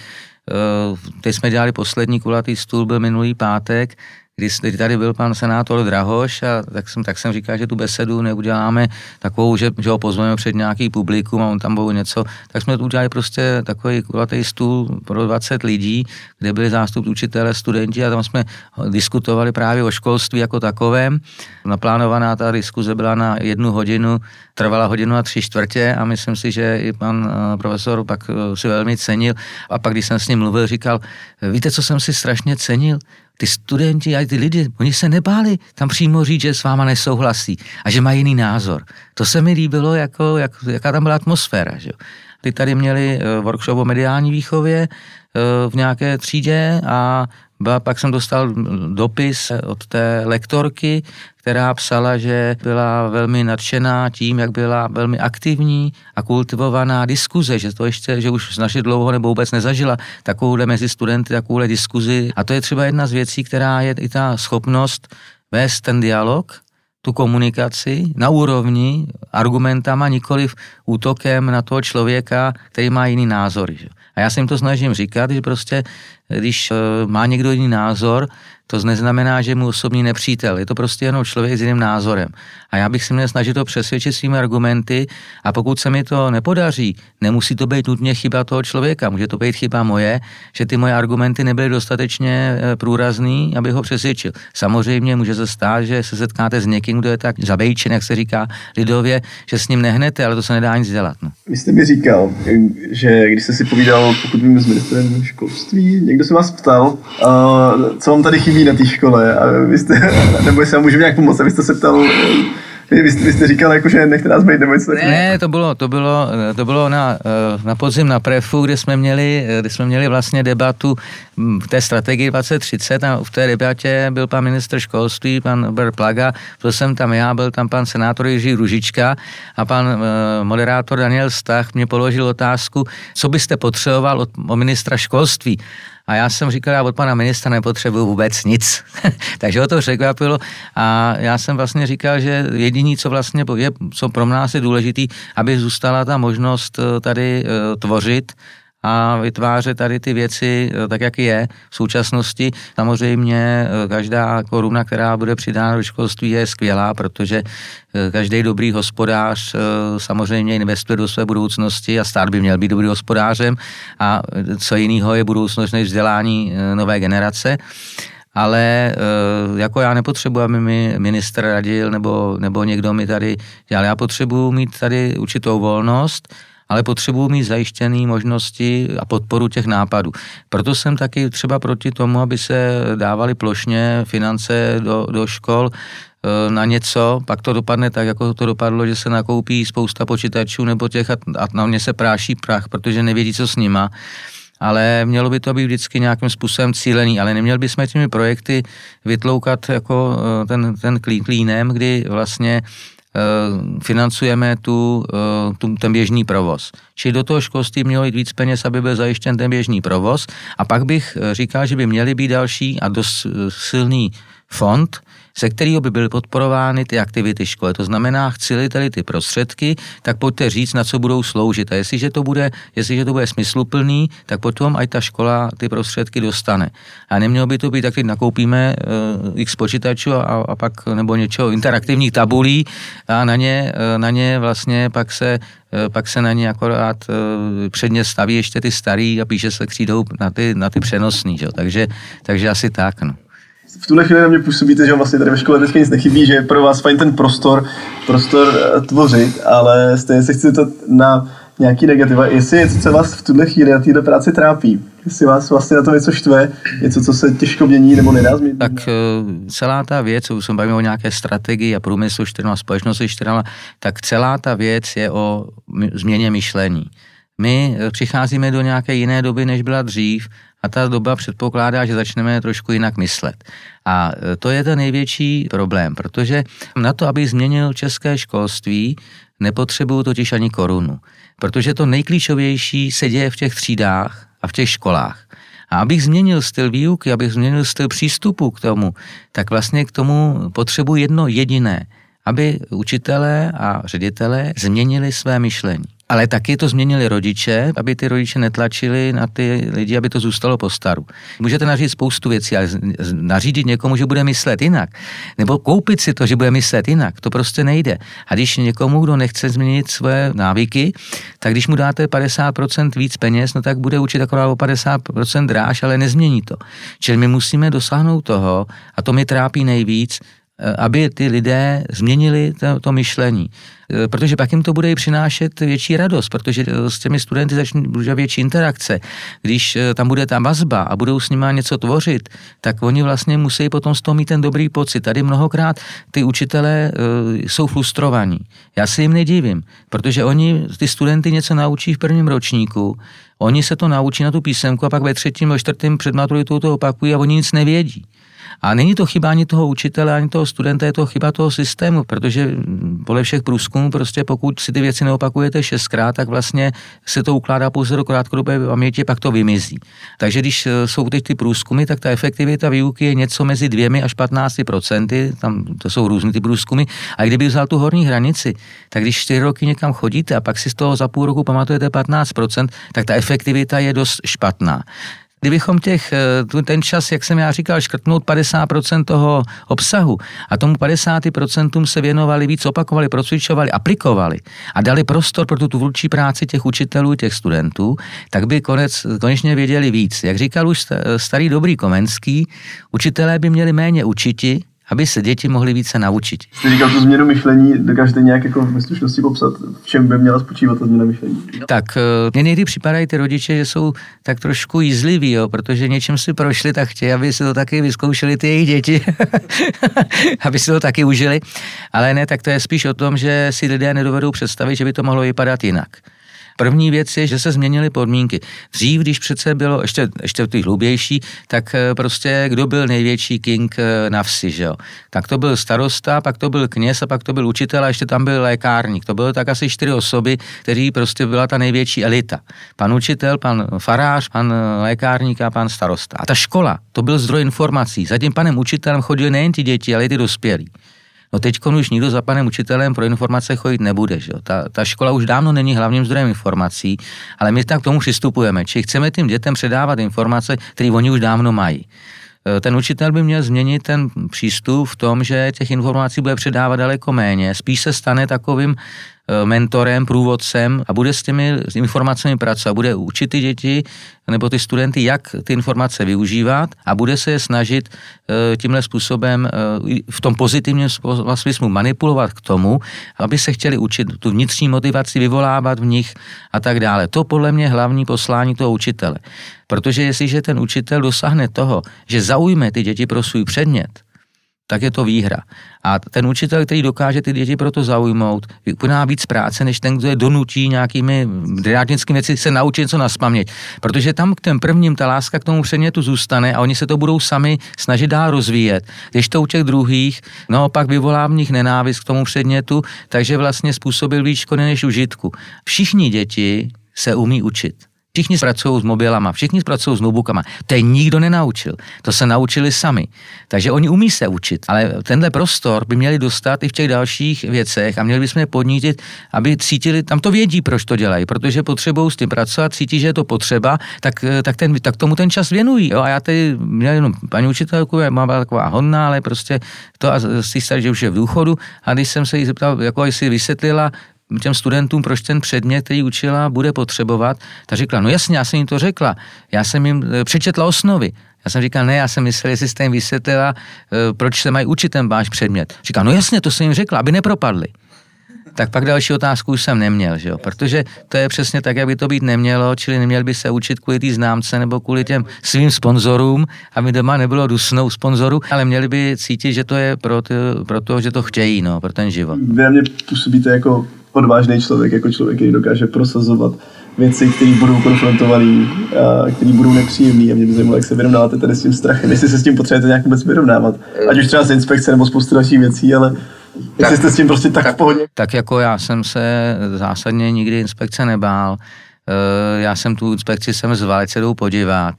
Teď jsme dělali poslední kulatý stůl, byl minulý pátek, kdy tady byl pan senátor Drahoš a tak jsem říkal, že tu besedu neuděláme takovou, že ho pozveme před nějaký publikum a on tam byl něco, tak jsme tu udělali prostě takový kulatý stůl pro 20 lidí, kde byli zástupci učitelé, studenti a tam jsme diskutovali právě o školství jako takovém. Naplánovaná ta diskuze byla na 1 hodinu, trvala 1 hodinu a 3/4 a myslím si, že i pan profesor pak si velmi cenil a pak, když jsem s ním mluvil, říkal, víte, co jsem si strašně cenil? Ty studenti a ty lidi, oni se nebáli tam přímo říct, že s váma nesouhlasí a že mají jiný názor. To se mi líbilo, jaká tam byla atmosféra. Že? Ty tady měli workshop o mediální výchově v nějaké třídě a pak jsem dostal dopis od té lektorky, která psala, že byla velmi nadšená tím, jak byla velmi aktivní a kultivovaná diskuze, že už značně dlouho nebo vůbec nezažila takovouhle mezi studenty, takovouhle diskuzi. A to je třeba jedna z věcí, která je i ta schopnost vést ten dialog, tu komunikaci na úrovni argumentama, nikoliv útokem na toho člověka, který má jiný názory. A já se jim to snažím říkat, že prostě, když má někdo jiný názor, to neznamená, že je mu osobní nepřítel. Je to prostě jenom člověk s jiným názorem. A já bych si měl snažit to přesvědčit svými argumenty a pokud se mi to nepodaří, nemusí to být nutně chyba toho člověka, může to být chyba moje, že ty moje argumenty nebyly dostatečně průrazný, abych ho přesvědčil. Samozřejmě může se stát, že se setkáte s někým, kdo je tak zabejčen, jak se říká lidově, že s ním nehnete, ale to se nedá nic dělat. No. Vy jste mi říkal, že když jste si povídal, pokud vím, s ministrem školství, někdo se vás ptal, co vám tady chybí na té škole a vy jste, nebo jestli vám můžu nějak pomoct, abyste se ptal, vy jste říkal, jako, že nechte nás být, nebo něco takového. Ne, to bylo na podzim na Prefu, kde jsme měli vlastně debatu v té strategii 2030 a v té debatě byl pan ministr školství, pan Robert Plaga, byl jsem tam já, byl tam pan senátor Jiří Růžička a pan moderátor Daniel Stach mě položil otázku, co byste potřeboval od ministra školství. A já jsem říkal, já od pana ministra nepotřebuju vůbec nic. Takže ho to překvapilo a já jsem vlastně říkal, že jediný, co pro nás je důležitý, aby zůstala ta možnost tady tvořit a vytvářet tady ty věci tak, jak je v současnosti. Samozřejmě každá koruna, která bude přidána do školství, je skvělá, protože každý dobrý hospodář samozřejmě investuje do své budoucnosti a stát by měl být dobrý hospodářem a co jiného je budoucnost než vzdělání nové generace. ale jako já nepotřebuji, aby mi ministr radil nebo někdo mi tady dělal. Já potřebuji mít tady určitou volnost, ale potřebuji mít zajištěné možnosti a podporu těch nápadů. Proto jsem taky třeba proti tomu, aby se dávaly plošně finance do škol na něco, pak to dopadne tak, jako to dopadlo, že se nakoupí spousta počítačů nebo těch a na mě se práší prach, protože nevědí, co s nima. Ale mělo by to být vždycky nějakým způsobem cílený, ale neměli bychom těmi projekty vytloukat jako ten klínem, kdy vlastně financujeme ten běžný provoz. Čili do toho školství mělo jít víc peněz, aby byl zajištěn ten běžný provoz a pak bych říkal, že by měly být další a dost silný fond, se kterého by byly podporovány ty aktivity školy. To znamená, chci-li tady ty prostředky, tak pojďte říct, na co budou sloužit. A jestliže to bude smysluplný, tak potom aj ta škola ty prostředky dostane. A nemělo by to být, tak teď nakoupíme x počítačů a pak nebo něčeho interaktivních tabulí a na ně vlastně pak se na ně akorát předně staví ještě ty starý a píše se křídou na ty přenosný. Že? Takže asi tak. No. V tuhle chvíli na mě působíte, že vlastně tady ve škole dneska nic nechybí, že je pro vás fajn ten prostor tvořit, ale stejně se chci to na nějaký negativa. Jestli je něco, co vás v tuhle chvíli na této práci trápí, jestli vás vlastně na to něco štve, něco, co se těžko mění nebo nedá změnit. Tak celá ta věc, už jsem bavil o nějaké strategii a průmyslu 4.0, společnosti 4.0, tak celá ta věc je o změně myšlení. My přicházíme do nějaké jiné doby, než byla dřív, a ta doba předpokládá, že začneme trošku jinak myslet. A to je ten největší problém, protože na to, aby změnil české školství, nepotřebuju totiž ani korunu. Protože to nejklíčovější se děje v těch třídách a v těch školách. A abych změnil styl výuky, abych změnil styl přístupu k tomu, tak vlastně k tomu potřebuji jedno jediné, aby učitelé a ředitelé změnili své myšlení. Ale taky to změnili rodiče, aby ty rodiče netlačili na ty lidi, aby to zůstalo po staru. Můžete nařídit spoustu věcí, ale nařídit někomu, že bude myslet jinak, nebo koupit si to, že bude myslet jinak, to prostě nejde. A když někomu, kdo nechce změnit své návyky, tak když mu dáte 50% víc peněz, no tak bude učit akorát o 50% dráž, ale nezmění to. Čili my musíme dosáhnout toho, a to mi trápí nejvíc, aby ty lidé změnili to myšlení. Protože pak jim to bude i přinášet větší radost, protože s těmi studenty bude větší interakce. Když tam bude ta vazba a budou s nimi něco tvořit, tak oni vlastně musí potom z toho mít ten dobrý pocit. Tady mnohokrát ty učitelé jsou frustrovaní. Já se jim nedivím, protože oni ty studenty něco naučí v prvním ročníku, oni se to naučí na tu písemku a pak ve 3. nebo 4. před maturitou to opakují a oni nic nevědí. A není to chyba ani toho učitele, ani toho studenta, je to chyba toho systému, protože podle všech průzkumů prostě pokud si ty věci neopakujete 6krát, tak vlastně se to ukládá pouze do krátkodobé paměti, pak to vymizí. Takže když jsou teď ty průzkumy, tak ta efektivita výuky je něco mezi 2 až 15%, tam to jsou různý ty průzkumy, a kdyby vzal tu horní hranici, tak když 4 roky někam chodíte a pak si z toho za půl roku pamatujete 15%, tak ta efektivita je dost špatná. Kdybychom ten čas, jak jsem já říkal, škrtnout 50% toho obsahu a tomu 50% se věnovali, víc opakovali, procvičovali, aplikovali a dali prostor pro tu tvůrčí práci těch učitelů, těch studentů, tak by konečně věděli víc. Jak říkal už starý dobrý Komenský, učitelé by měli méně učiti, aby se děti mohly více naučit. Jste říkal tu změnu myšlení, dokážete nějak jako ve stručnosti popsat, v čem by měla spočívat ta změna myšlení? Tak mně někdy připadají ty rodiče, že jsou tak trošku jízliví, protože něčem si prošli, tak chtějí, aby si to taky vyzkoušeli ty jejich děti, aby si to taky užili. Ale ne, tak to je spíš o tom, že si lidé nedovedou představit, že by to mohlo vypadat jinak. První věc je, že se změnily podmínky. Dřív, když přece bylo ještě ty hlubější, tak prostě kdo byl největší king na vsi, že jo? Tak to byl starosta, pak to byl kněz a pak to byl učitel a ještě tam byl lékárník. To bylo tak asi 4 osoby, kteří prostě byla ta největší elita. Pan učitel, pan farář, pan lékárník a pan starosta. A ta škola, to byl zdroj informací. Za tím panem učitelem chodili nejen ti děti, ale i ty dospělí. No teďko už nikdo za panem učitelem pro informace chodit nebude, že jo. Ta škola už dávno není hlavním zdrojem informací, ale my tak k tomu přistupujeme. Či chceme tím dětem předávat informace, které oni už dávno mají. Ten učitel by měl změnit ten přístup v tom, že těch informací bude předávat daleko méně. Spíš se stane takovým mentorem, průvodcem a bude s těmi informacemi pracovat, bude učit ty děti nebo ty studenty, jak ty informace využívat a bude se je snažit tímhle způsobem v tom pozitivním smyslu manipulovat k tomu, aby se chtěli učit tu vnitřní motivaci vyvolávat v nich a tak dále. To podle mě hlavní poslání toho učitele. Protože jestliže ten učitel dosáhne toho, že zaujme ty děti pro svůj předmět, tak je to výhra. A ten učitel, který dokáže ty děti proto zaujmout, vykoná víc práce, než ten, kdo je donutí nějakými didaktickými věci se naučit něco naspaměť. Protože tam k těm prvním ta láska k tomu předmětu zůstane a oni se to budou sami snažit dál rozvíjet. Když to u těch druhých, naopak vyvolá v nich nenávist k tomu předmětu, takže vlastně způsobil víc škody než užitku. Všichni děti se umí učit. Všichni pracují s mobilama, všichni pracují s notebookama. To je nikdo nenaučil. To se naučili sami. Takže oni umí se učit. Ale tenhle prostor by měli dostat i v těch dalších věcech a měli bychom je podnítit, aby cítili, tam to vědí, proč to dělají, protože potřebují s tím pracovat, cítí, že je to potřeba, tak tomu ten čas věnují. Jo? A já tady měl jenom paní učitelku, má taková hodná, ale prostě to a si starý, že už je v důchodu a když jsem se jí zeptal, jako jestli vysvětlila těm studentům, proč ten předmět, který učila, bude potřebovat, tak řekla, no jasně, já jsem jim to řekla, já jsem jim přečetla osnovy. Já jsem říkal, ne, já jsem myslel, jestli jste jim vysvětlila, proč se mají učit ten váš předmět. Říkal, no jasně, to jsem jim řekla, aby nepropadli. Tak pak další otázku už jsem neměl, že jo? Protože to je přesně tak, jak by to být nemělo, čili neměl by se učit kvůli té známce nebo kvůli těm svým sponzorům, aby doma nebylo dusnou sponzoru, ale měli by cítit, že to je proto, že to chtějí, no, pro ten život. Vy na mě působíte jako odvážný člověk, jako člověk, který dokáže prosazovat věci, které budou konfrontované, které budou nepříjemné a mě by zajímalo, jak se vyrovnáváte tady s tím strachem, jestli se s tím potřebujete nějak vůbec vyrovnávat, ať už třeba z inspekce nebo spoustu dalších věcí, ale jestli jste s tím prostě tak v pohodě. Tak jako já jsem se zásadně nikdy inspekce nebál, já jsem tu inspekci sem zval, ať se jdou podívat.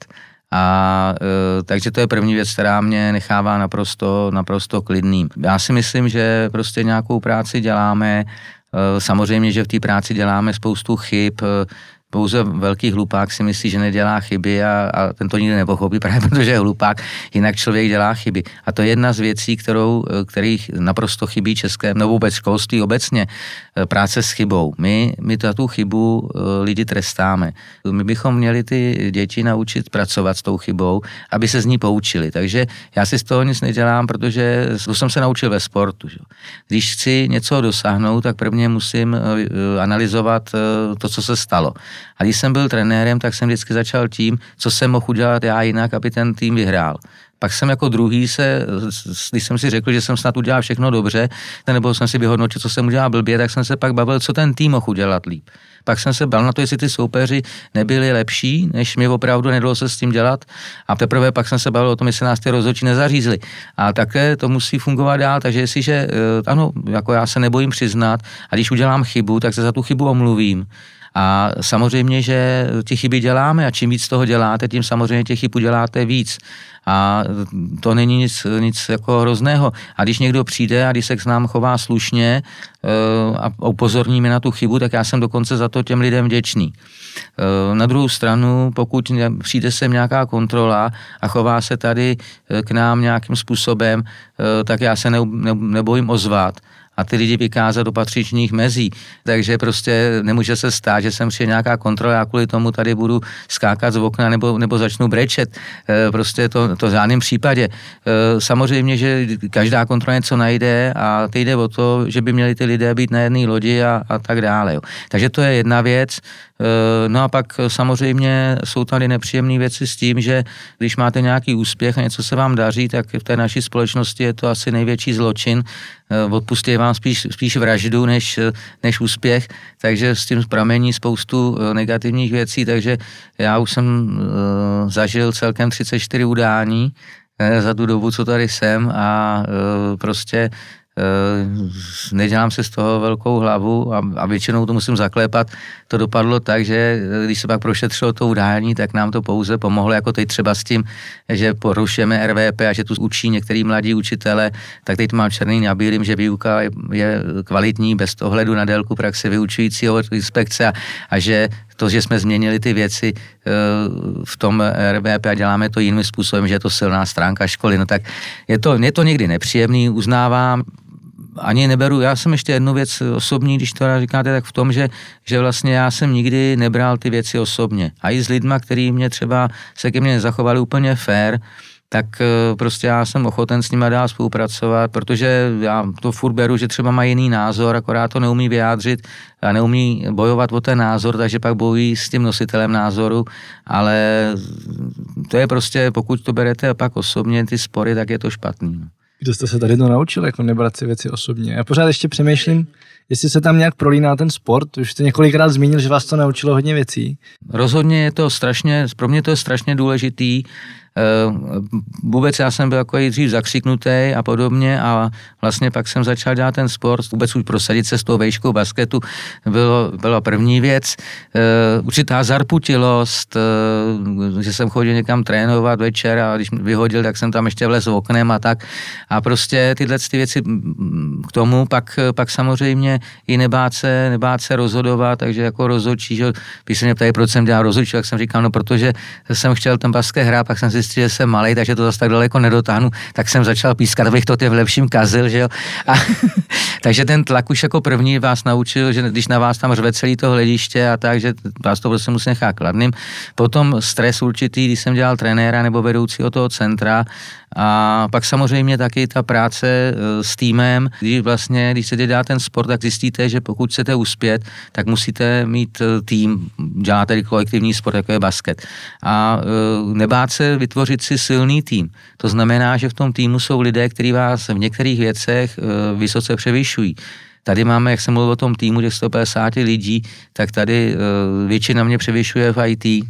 Takže to je první věc, která mě nechává naprosto klidným. Já si myslím, že prostě nějakou práci děláme. Samozřejmě, že v té práci děláme spoustu chyb, pouze velký hlupák si myslí, že nedělá chyby a ten to nikdy nepochopí, právě protože je hlupák, jinak člověk dělá chyby. A to je jedna z věcí, kterých naprosto chybí českém, nebo vůbec školství obecně, práce s chybou. My za tu chybu lidi trestáme. My bychom měli ty děti naučit pracovat s tou chybou, aby se z ní poučili. Takže já si z toho nic nedělám, protože to jsem se naučil ve sportu. Že? Když chci něco dosáhnout, tak prvně musím analyzovat to, co se stalo. A když jsem byl trenérem, tak jsem vždycky začal tím, co jsem mohl udělat já jinak, aby ten tým vyhrál. Pak jsem jako druhý když jsem si řekl, že jsem snad udělal všechno dobře, nebo jsem si vyhodnotil, co jsem udělal blbě, tak jsem se pak bavil, co ten tým mohl udělat líp. Pak jsem se bál na to, jestli ty soupeři nebyli lepší, než mi opravdu nedalo se s tím dělat. A teprve pak jsem se bavil o tom, jestli nás ty rozhodčí nezařízli. A také to musí fungovat dál, takže jestliže, ano, jako já se nebojím přiznat, a když udělám chybu, tak se za tu chybu omluvím. A samozřejmě, že ty chyby děláme a čím víc toho děláte, tím samozřejmě těch chyb uděláte víc. A to není nic jako hrozného. A když někdo přijde a když se k nám chová slušně a upozorní mě na tu chybu, tak já jsem dokonce za to těm lidem vděčný. Na druhou stranu, pokud přijde sem nějaká kontrola a chová se tady k nám nějakým způsobem, tak já se nebojím ozvat a ty lidi vykázat do patřičných mezí. Takže prostě nemůže se stát, že sem přijde nějaká kontrola, já kvůli tomu tady budu skákat z okna nebo začnu brečet. Prostě to v žádném případě. Samozřejmě, že každá kontrola něco najde a teď jde o to, že by měli ty lidé být na jedné lodi a tak dále. Jo. Takže to je jedna věc. No a pak samozřejmě jsou tady nepříjemné věci s tím, že když máte nějaký úspěch a něco se vám daří, tak v té naší společnosti je to asi největší zločin. Odpustí vám spíš vraždu než úspěch, takže s tím pramení spoustu negativních věcí, takže já už jsem zažil celkem 34 udání za tu dobu, co tady jsem a prostě nedělám si z toho velkou hlavu a většinou to musím zaklépat. To dopadlo tak, že když se pak prošetřilo to udání, tak nám to pouze pomohlo, jako teď třeba s tím, že porušujeme RVP a že tu učí některý mladí učitele, tak teď mám černý na bílým, že výuka je kvalitní bez ohledu na délku praxe vyučujícího inspekce a že to, že jsme změnili ty věci v tom RVP a děláme to jiným způsobem, že je to silná stránka školy, no tak je to někdy nepříjemný, uznávám, ani neberu, já jsem ještě jednu věc osobní, když to říkáte, tak v tom, že vlastně já jsem nikdy nebral ty věci osobně. A i s lidma, který mě třeba se ke mně nezachovali úplně fair, tak prostě já jsem ochoten s nima dál spolupracovat, protože já to furt beru, že třeba má jiný názor, akorát to neumí vyjádřit a neumí bojovat o ten názor, takže pak bojují s tím nositelem názoru, ale to je prostě, pokud to berete pak osobně, ty spory, tak je to špatný. Kdo jste se tady to naučil, jako nebrat si věci osobně? Já pořád ještě přemýšlím, jestli se tam nějak prolíná ten sport, už jste několikrát zmínil, že vás to naučilo hodně věcí. Rozhodně je to pro mě to je strašně důležitý. Vůbec já jsem byl jako dřív zakřiknutý a podobně a vlastně pak jsem začal dělat ten sport, vůbec už prosadit se s tou vejškou basketu byla první věc, určitá zarputilost, že jsem chodil někam trénovat večer a když vyhodil, tak jsem tam ještě vlez oknem a tak a prostě tyhle ty věci k tomu, pak samozřejmě i nebát se rozhodovat, takže jako rozhodčí, že když se mě ptají, proč jsem dělal rozhodčí, tak jsem říkal, no protože jsem chtěl ten basket hrát, pak jsem zjistil, že jsem malej, takže to zase tak daleko nedotáhnu, tak jsem začal pískat, abych to v lepším kazil, že jo. Takže ten tlak už jako první vás naučil, že když na vás tam řve celý to hlediště a tak, že vás to prostě musí nechat kladným. Potom stres určitý, když jsem dělal trenéra nebo vedoucího toho centra a pak samozřejmě taky ta práce s týmem, když chcete dělat ten sport, tak zjistíte, že pokud chcete uspět, tak musíte mít tým, dělat tedy kolektivní sport, jako je basket. A nebát se vytvořit si silný tým. To znamená, že v tom týmu jsou lidé, kteří vás v některých věcech vysoce převyšují. Tady máme, jak jsem mluvil o tom týmu těch 150 lidí, tak tady většina mě převyšuje v IT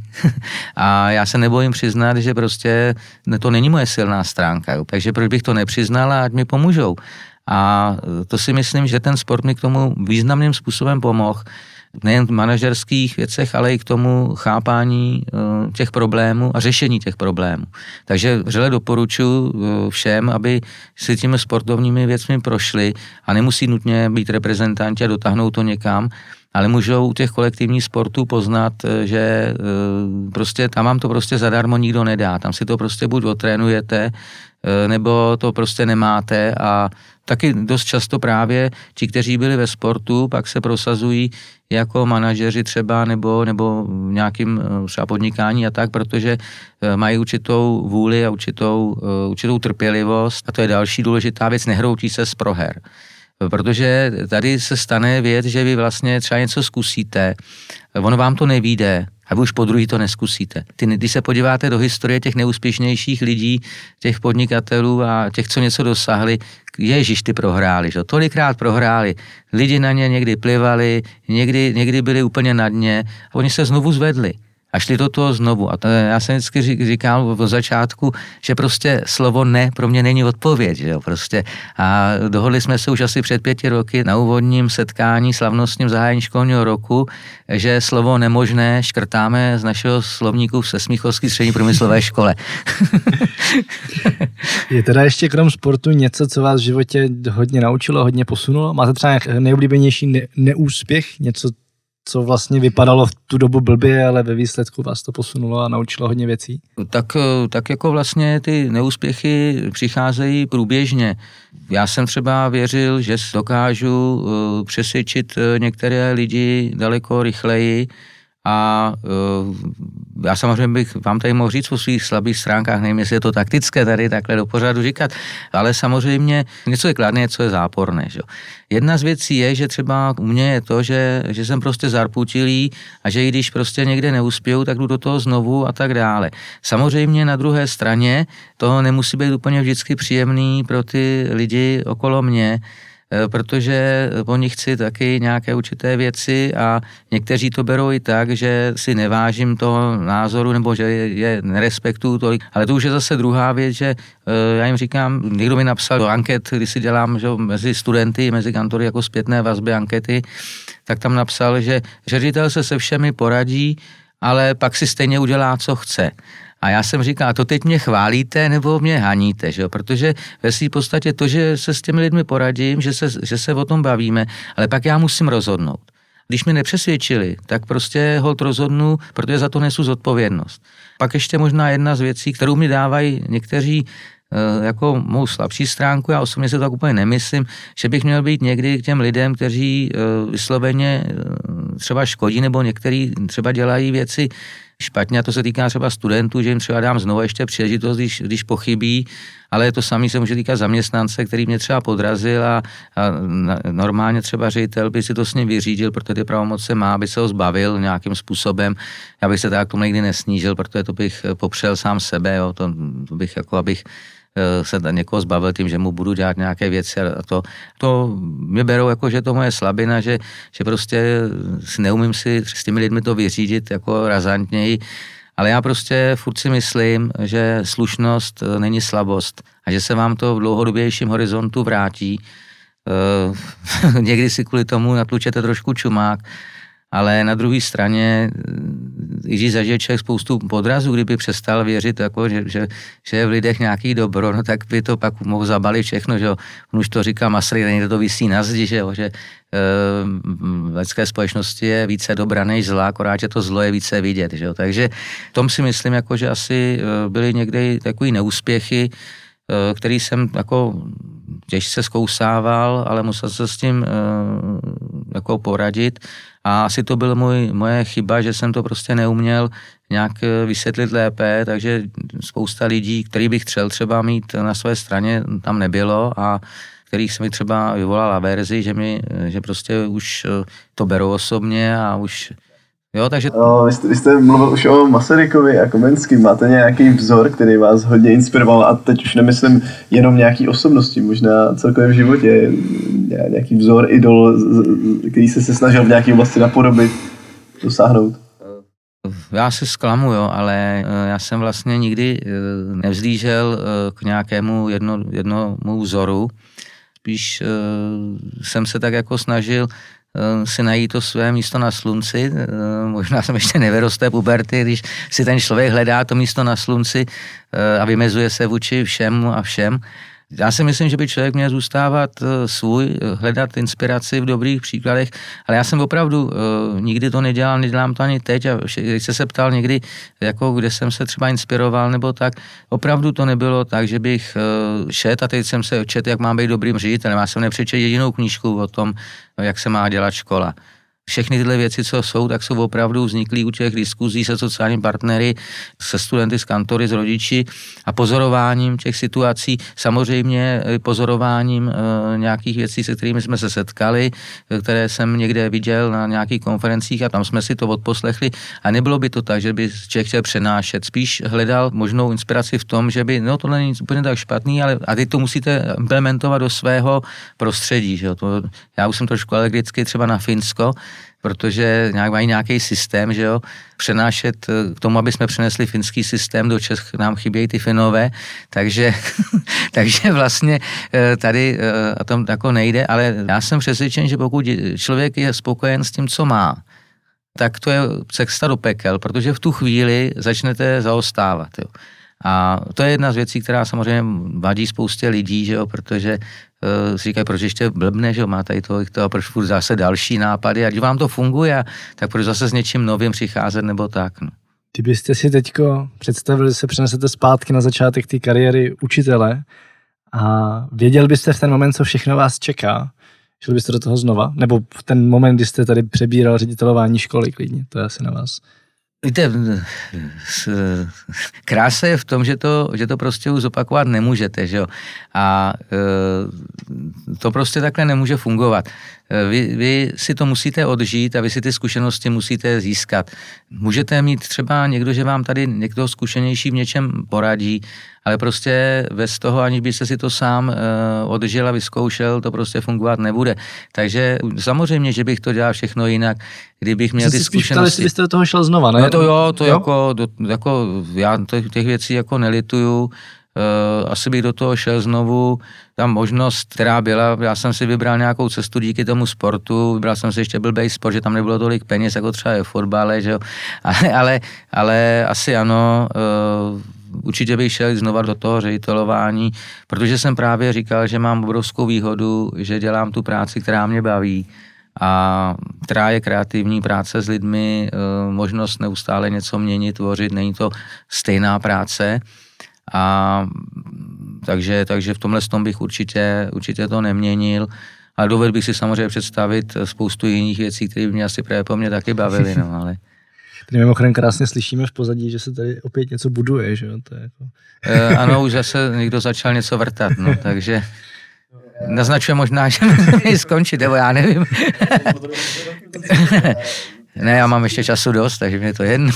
a já se nebojím přiznat, že prostě to není moje silná stránka, jo. Takže proč bych to nepřiznal a ať mi pomůžou. A to si myslím, že ten sport mi k tomu významným způsobem pomohl, nejen v manažerských věcech, ale i k tomu chápání těch problémů a řešení těch problémů. Takže vřele doporučuji všem, aby si těmi sportovními věcmi prošli a nemusí nutně být reprezentanti a dotáhnout to někam, ale můžou u těch kolektivních sportů poznat, že prostě tam vám to prostě zadarmo nikdo nedá. Tam si to prostě buď otrénujete, nebo to prostě nemáte a taky dost často právě ti, kteří byli ve sportu, pak se prosazují jako manažeři třeba nebo v nějakým třeba podnikání a tak, protože mají určitou vůli a určitou trpělivost a to je další důležitá věc, nehroutí se z proher. Protože tady se stane věc, že vy vlastně třeba něco zkusíte, ono vám to nevyjde a vy už po druhý to neskusíte. Když se podíváte do historie těch neúspěšnějších lidí, těch podnikatelů a těch, co něco dosahli, ježiš, ty prohráli, že? Tolikrát prohráli, lidi na ně někdy plivali, někdy byli úplně na dně a oni se znovu zvedli. A šli do toho znovu. A já jsem vždycky říkal od začátku, že prostě slovo ne pro mě není odpověď. Že jo, prostě. A dohodli jsme se už asi před 5 roky na úvodním setkání slavnostním zahájení školního roku, že slovo nemožné škrtáme z našeho slovníku v Sesmíchovské střední průmyslové škole. Je teda ještě krom sportu něco, co vás v životě hodně naučilo, hodně posunulo? Máte třeba nejoblíbenější neúspěch? Něco, co vlastně vypadalo v tu dobu blbě, ale ve výsledku vás to posunulo a naučilo hodně věcí? Tak jako vlastně ty neúspěchy přicházejí průběžně. Já jsem třeba věřil, že dokážu přesvědčit některé lidi daleko rychleji a já samozřejmě bych vám tady mohl říct o svých slabých stránkách, nevím, jestli je to taktické tady takhle do pořadu říkat, ale samozřejmě něco je kladné, něco je záporné. Že? Jedna z věcí je, že třeba u mě je to, že jsem prostě zarputilý a že i když prostě někde neuspěju, tak jdu do toho znovu a tak dále. Samozřejmě na druhé straně to nemusí být úplně vždycky příjemný pro ty lidi okolo mě, protože po nich chci taky nějaké určité věci a někteří to berou i tak, že si nevážím toho názoru nebo že je nerespektuju tolik. Ale to už je zase druhá věc, že já jim říkám, někdo mi napsal do anket, když si dělám že mezi studenty, mezi kantory jako zpětné vazby ankety, tak tam napsal, že ředitel se všemi poradí, ale pak si stejně udělá, co chce. A já jsem říkal, a to teď mě chválíte nebo mě haníte, že jo? Protože ve své podstatě to, že se s těmi lidmi poradím, že se o tom bavíme, ale pak já musím rozhodnout. Když mě nepřesvědčili, tak prostě holt rozhodnu, protože za to nesu zodpovědnost. Pak ještě možná jedna z věcí, kterou mi dávají někteří jako mou slabší stránku, já osobně si to tak úplně nemyslím, že bych měl být někdy k těm lidem, kteří vysloveně třeba škodí, nebo některý třeba dělají věci špatně, a to se týká třeba studentů, že jim třeba dám znovu ještě příležitost, když pochybí, ale to samé se může týkat zaměstnance, který mě třeba podrazil a normálně třeba ředitel by si to s ním vyřídil, protože ty pravomoce má, aby se ho zbavil nějakým způsobem. Já bych se tak k tomu nikdy nesnížil, protože to bych popřel sám sebe, jo, to bych jako, abych se někoho zbavil tím, že mu budu dělat nějaké věci a to mě berou jako, že to moje slabina, že prostě neumím si s těmi lidmi to vyřídit jako razantněji, ale já prostě furt si myslím, že slušnost není slabost a že se vám to v dlouhodobějším horizontu vrátí. Někdy si kvůli tomu natlučete trošku čumák, ale na druhé straně, když zažije člověk spoustu podrazů, kdyby přestal věřit, jako, že je v lidech nějaký dobro, no tak by to pak mohl zabalit všechno, že on už to říká Masaryk, někde to visí na zdi, že v lidské společnosti je více dobra než zla, akorát, že to zlo je více vidět, že takže v tom si myslím, jako, že asi byly někdy takový neúspěchy, který jsem jako těžce zkousával, ale musel se s tím jako poradit a asi to byla moje chyba, že jsem to prostě neuměl nějak vysvětlit lépe, takže spousta lidí, který bych chtěl třeba mít na své straně, tam nebylo a kterých se mi třeba vyvolala verzi, že prostě už to berou osobně a už jo, takže... No, vy jste mluvil už o Masarykovi a Komenským. Máte nějaký vzor, který vás hodně inspiroval a teď už nemyslím jenom nějaký osobnosti, možná celkově v životě. Nějaký vzor, idol, který se snažil v nějaké oblasti napodobit, dosáhnout. Já se zklamu, jo, ale já jsem vlastně nikdy nevzlížel k nějakému jednomu vzoru. Spíš jsem se tak jako snažil si najít to své místo na slunci. Možná jsem ještě nevyrostl té puberty, když si ten člověk hledá to místo na slunci a vymezuje se vůči všemu a všem. Já si myslím, že by člověk měl zůstávat svůj, hledat inspiraci v dobrých příkladech, ale já jsem opravdu nikdy to nedělám to ani teď a když se ptal někdy, jako kde jsem se třeba inspiroval nebo tak, opravdu to nebylo tak, že bych četl a teď jsem se četl, jak mám být dobrým ředitelem. Já jsem nepřečetl jedinou knížku o tom, jak se má dělat škola. Všechny tyhle věci, co jsou, tak jsou opravdu vzniklý u těch diskuzí se sociálními partnery, se studenty, s kantory, s rodiči a pozorováním těch situací, samozřejmě pozorováním nějakých věcí, se kterými jsme se setkali, které jsem někde viděl na nějakých konferencích a tam jsme si to odposlechli a nebylo by to tak, že by člověk chtěl přenášet, spíš hledal možnou inspiraci v tom, že by, no tohle není úplně tak špatný, ale a ty to musíte implementovat do svého prostředí, že jo? Já už jsem trošku alergický třeba na Finsko, protože mají nějaký systém, že jo, přenášet k tomu, aby jsme přenesli finský systém do Čech, nám chybějí ty Finové, takže vlastně tady a tom jako nejde, ale já jsem přesvědčen, že pokud člověk je spokojen s tím, co má, tak to je cesta do pekel, protože v tu chvíli začnete zaostávat, jo. A to je jedna z věcí, která samozřejmě vadí spoustě lidí, že jo, protože si říkají, proč ještě blbne, že jo, má tady to a proč furt zase další nápady a když vám to funguje, tak proč zase s něčím novým přicházet nebo tak, no. Kdybyste si teďko představili, že se přenesete zpátky na začátek té kariéry učitele a věděl byste v ten moment, co všechno vás čeká, šel byste do toho znova? Nebo v ten moment, kdy jste tady přebíral ředitelování školy klidně, to je asi na vás. Víte, krása je v tom, že to prostě už zopakovat nemůžete, že jo. A to prostě takhle nemůže fungovat. Vy si to musíte odžít a vy si ty zkušenosti musíte získat. Můžete mít třeba někdo, že vám tady někdo zkušenější v něčem poradí, ale prostě bez toho, aniž byste si to sám odžil a vyzkoušel, to prostě fungovat nebude. Takže samozřejmě, že bych to dělal všechno jinak, kdybych měl ty zkušenosti. Jestli byste do toho šel znova, ne? No to jo, to jo? Jako já těch věcí jako nelituju. Asi bych do toho šel znovu, tam možnost, která byla, já jsem si vybral nějakou cestu díky tomu sportu, vybral jsem si ještě blbej sport, že tam nebylo tolik peněz, jako třeba je v fotbale, že jo, ale asi ano, určitě bych šel znova do toho ředitelování, protože jsem právě říkal, že mám obrovskou výhodu, že dělám tu práci, která mě baví a která je kreativní práce s lidmi, možnost neustále něco měnit, tvořit, není to stejná práce. A Takže v tomhle tom bych určitě to neměnil. Ale dovedl bych si samozřejmě představit spoustu jiných věcí, které by mě asi právě po mně taky bavily, no, ale... Tady mimochodem krásně slyšíme v pozadí, že se tady opět něco buduje, že jo? To je jako... Ano, už zase někdo začal něco vrtat, no, takže naznačuje možná, že mě skončit, nebo já nevím. Ne, já mám ještě času dost, takže mě je to jedno.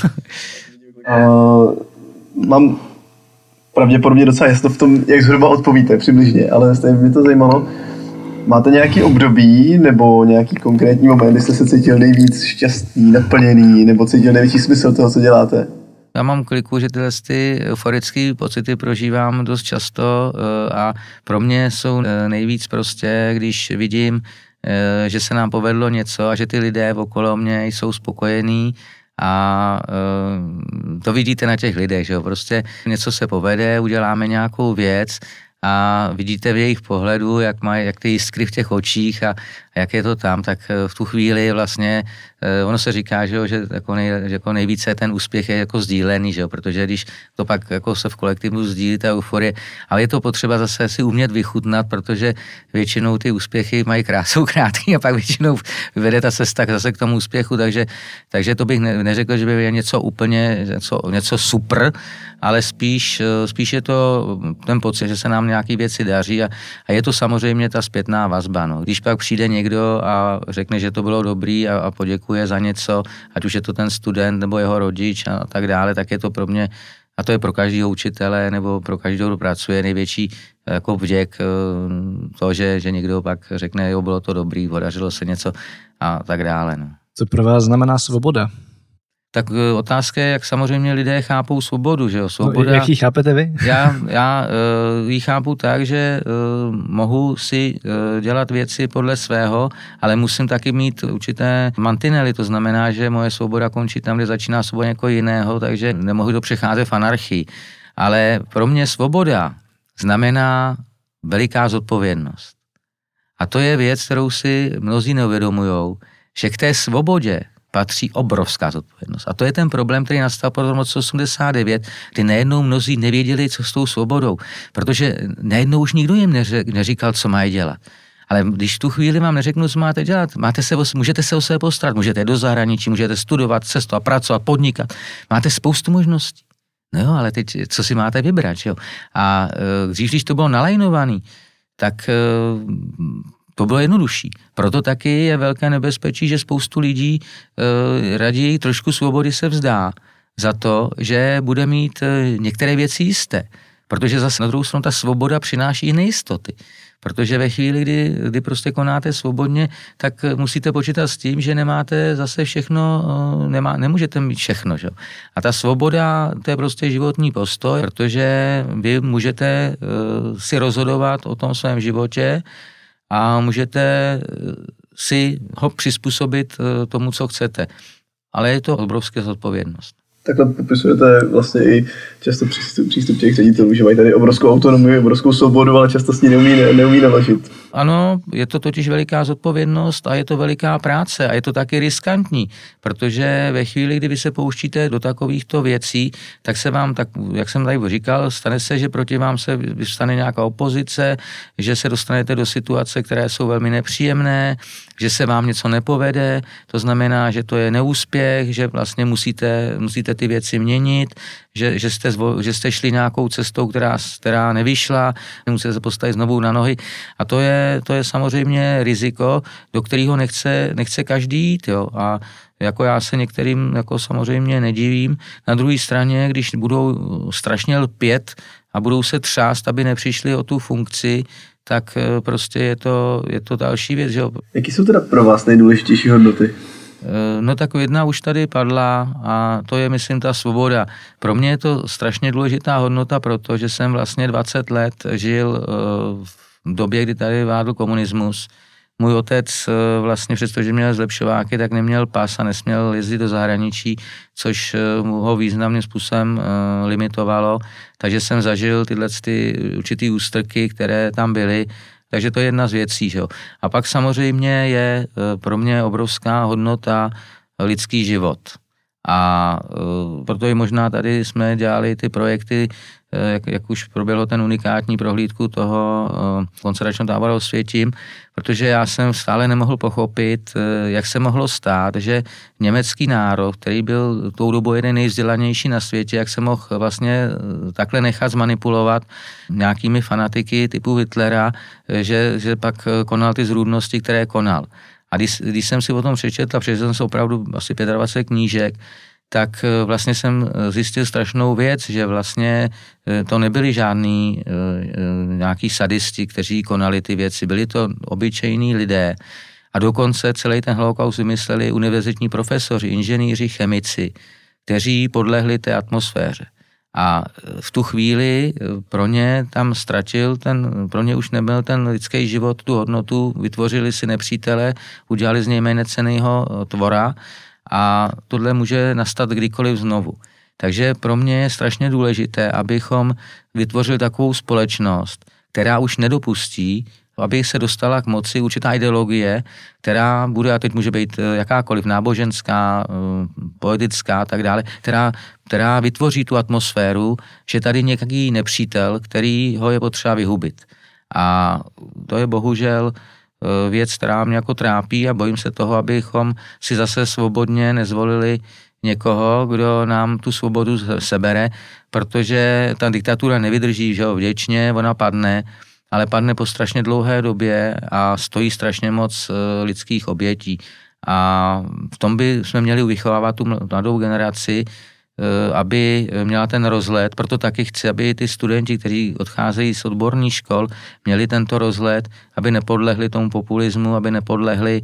Mám pravděpodobně docela jasno v tom, jak zhruba odpovíte přibližně, ale stejně mě to zajímalo. Máte nějaký období nebo nějaký konkrétní moment, kdy jste se cítil nejvíc šťastný, naplněný, nebo cítil největší smysl toho, co děláte? Já mám kliku, že tyhle euforické pocity prožívám dost často a pro mě jsou nejvíc prostě, když vidím, že se nám povedlo něco a že ty lidé okolo mě jsou spokojení a to vidíte na těch lidech, že jo, prostě něco se povede, uděláme nějakou věc a vidíte v jejich pohledu, jak ty jiskry v těch očích a jak je to tam, tak v tu chvíli vlastně, ono se říká, že jako nejvíce ten úspěch je jako sdílený, že jo, protože když to pak jako se v kolektivu sdílí ta euforie, ale je to potřeba zase si umět vychutnat, protože většinou ty úspěchy mají krásou krátký a pak většinou vede ta cesta zase k tomu úspěchu, takže to bych neřekl, že by je něco úplně, něco super, ale spíš je to ten pocit, že se nám nějaký věci daří a je to samozřejmě ta zpětná vazba, no. Když pak přijde někdo a řekne, že to bylo dobrý a poděkuje za něco, ať už je to ten student nebo jeho rodič a tak dále, tak je to pro mě, a to je pro každého učitele nebo pro každého, kdo pracuje, největší jako vděk to, že někdo pak řekne, jo, bylo to dobrý, podařilo se něco a tak dále. No. Co pro vás znamená svoboda? Tak otázka je, jak samozřejmě lidé chápou svobodu, že jo? Svoboda, jak ji chápete vy? Já ji chápu tak, že mohu si dělat věci podle svého, ale musím taky mít určité mantinely, to znamená, že moje svoboda končí tam, kde začíná svoboda někoho jiného, takže nemohu to přecházet v anarchii. Ale pro mě svoboda znamená veliká zodpovědnost. A to je věc, kterou si mnozí neuvědomujou, že k té svobodě patří obrovská zodpovědnost. A to je ten problém, který nastal po roce 89, kdy najednou mnozí nevěděli, co s tou svobodou, protože najednou už nikdo jim neříkal, co mají dělat. Ale když v tu chvíli vám neřeknu, co máte dělat, můžete se o sebe postarat, můžete jít do zahraničí, můžete studovat, cestovat, pracovat, podnikat. Máte spoustu možností. No jo, ale teď, co si máte vybrat, jo? A když to bylo nalajnovaný, tak to bylo jednodušší. Proto taky je velké nebezpečí, že spoustu lidí raději trošku svobody se vzdá za to, že bude mít některé věci jisté. Protože zase na druhou stranu ta svoboda přináší i nejistoty. Protože ve chvíli, kdy prostě konáte svobodně, tak musíte počítat s tím, že nemáte zase všechno, nemůžete mít všechno. Že? A ta svoboda, to je prostě životní postoj, protože vy můžete si rozhodovat o tom svém životě a můžete si ho přizpůsobit tomu, co chcete. Ale je to obrovská zodpovědnost. Takhle popisujete vlastně i často přístup těch ředitelů, že mají tady obrovskou autonomii, obrovskou svobodu, ale často s ní neumí naložit. Ano, je to totiž veliká zodpovědnost a je to veliká práce a je to taky riskantní, protože ve chvíli, kdy vy se pouštíte do takovýchto věcí, tak se vám, tak, jak jsem tady říkal, stane se, že proti vám se vystane nějaká opozice, že se dostanete do situace, které jsou velmi nepříjemné, že se vám něco nepovede, to znamená, že to je neúspěch, že vlastně musíte ty věci měnit, že jste šli nějakou cestou, která nevyšla, musíte se postavit znovu na nohy a to je samozřejmě riziko, do kterého nechce každý jít, jo. A jako já se některým jako samozřejmě nedivím. Na druhé straně, když budou strašně lpět a budou se třást, aby nepřišli o tu funkci, tak prostě je to další věc, že jo. Jaký jsou teda pro vás nejdůležitější hodnoty? No tak jedna už tady padla a to je, myslím, ta svoboda. Pro mě je to strašně důležitá hodnota, protože jsem vlastně 20 let žil v době, kdy tady vládl komunismus. Můj otec vlastně, přestože měl zlepšováky, tak neměl pas a nesměl jezdit do zahraničí, což ho významným způsobem limitovalo. Takže jsem zažil tyhle určitý ústrky, které tam byly. Takže to je jedna z věcí. Že? A pak samozřejmě je pro mě obrovská hodnota lidský život. A proto i možná tady jsme dělali ty projekty, jak už proběhlo ten unikátní prohlídku toho koncentračního tábora Osvětim, protože já jsem stále nemohl pochopit, jak se mohlo stát, že německý národ, který byl tou dobou jeden nejvzdělanější na světě, jak se mohl vlastně takhle nechat zmanipulovat nějakými fanatiky typu Hitlera, že pak konal ty zrůdnosti, které konal. A když jsem si o tom přečetl, přečetl jsem si opravdu asi 25 knížek, tak vlastně jsem zjistil strašnou věc, že vlastně to nebyli žádní nějaký sadisti, kteří konali ty věci, byli to obyčejní lidé. A dokonce celý ten holokaust vymysleli univerzitní profesoři, inženýři, chemici, kteří podlehli té atmosféře. A v tu chvíli pro ně tam pro ně už nebyl ten lidský život tu hodnotu, vytvořili si nepřítele, udělali z něj méněcennýho tvora a tohle může nastat kdykoliv znovu. Takže pro mě je strašně důležité, abychom vytvořili takovou společnost, která už nedopustí, aby se dostala k moci určitá ideologie, která bude, a teď může být jakákoliv náboženská, politická a tak dále, která vytvoří tu atmosféru, že tady nějaký nepřítel, který ho je potřeba vyhubit. A to je bohužel věc, která mě jako trápí a bojím se toho, abychom si zase svobodně nezvolili někoho, kdo nám tu svobodu sebere, protože ta diktatura nevydrží, že jo, vděčně, ona padne, ale padne po strašně dlouhé době a stojí strašně moc lidských obětí. A v tom by jsme měli vychovávat tu mladou generaci, aby měla ten rozhled, proto taky chci, aby ty studenti, kteří odcházejí z odborných škol, měli tento rozhled, aby nepodlehli tomu populismu, aby nepodlehli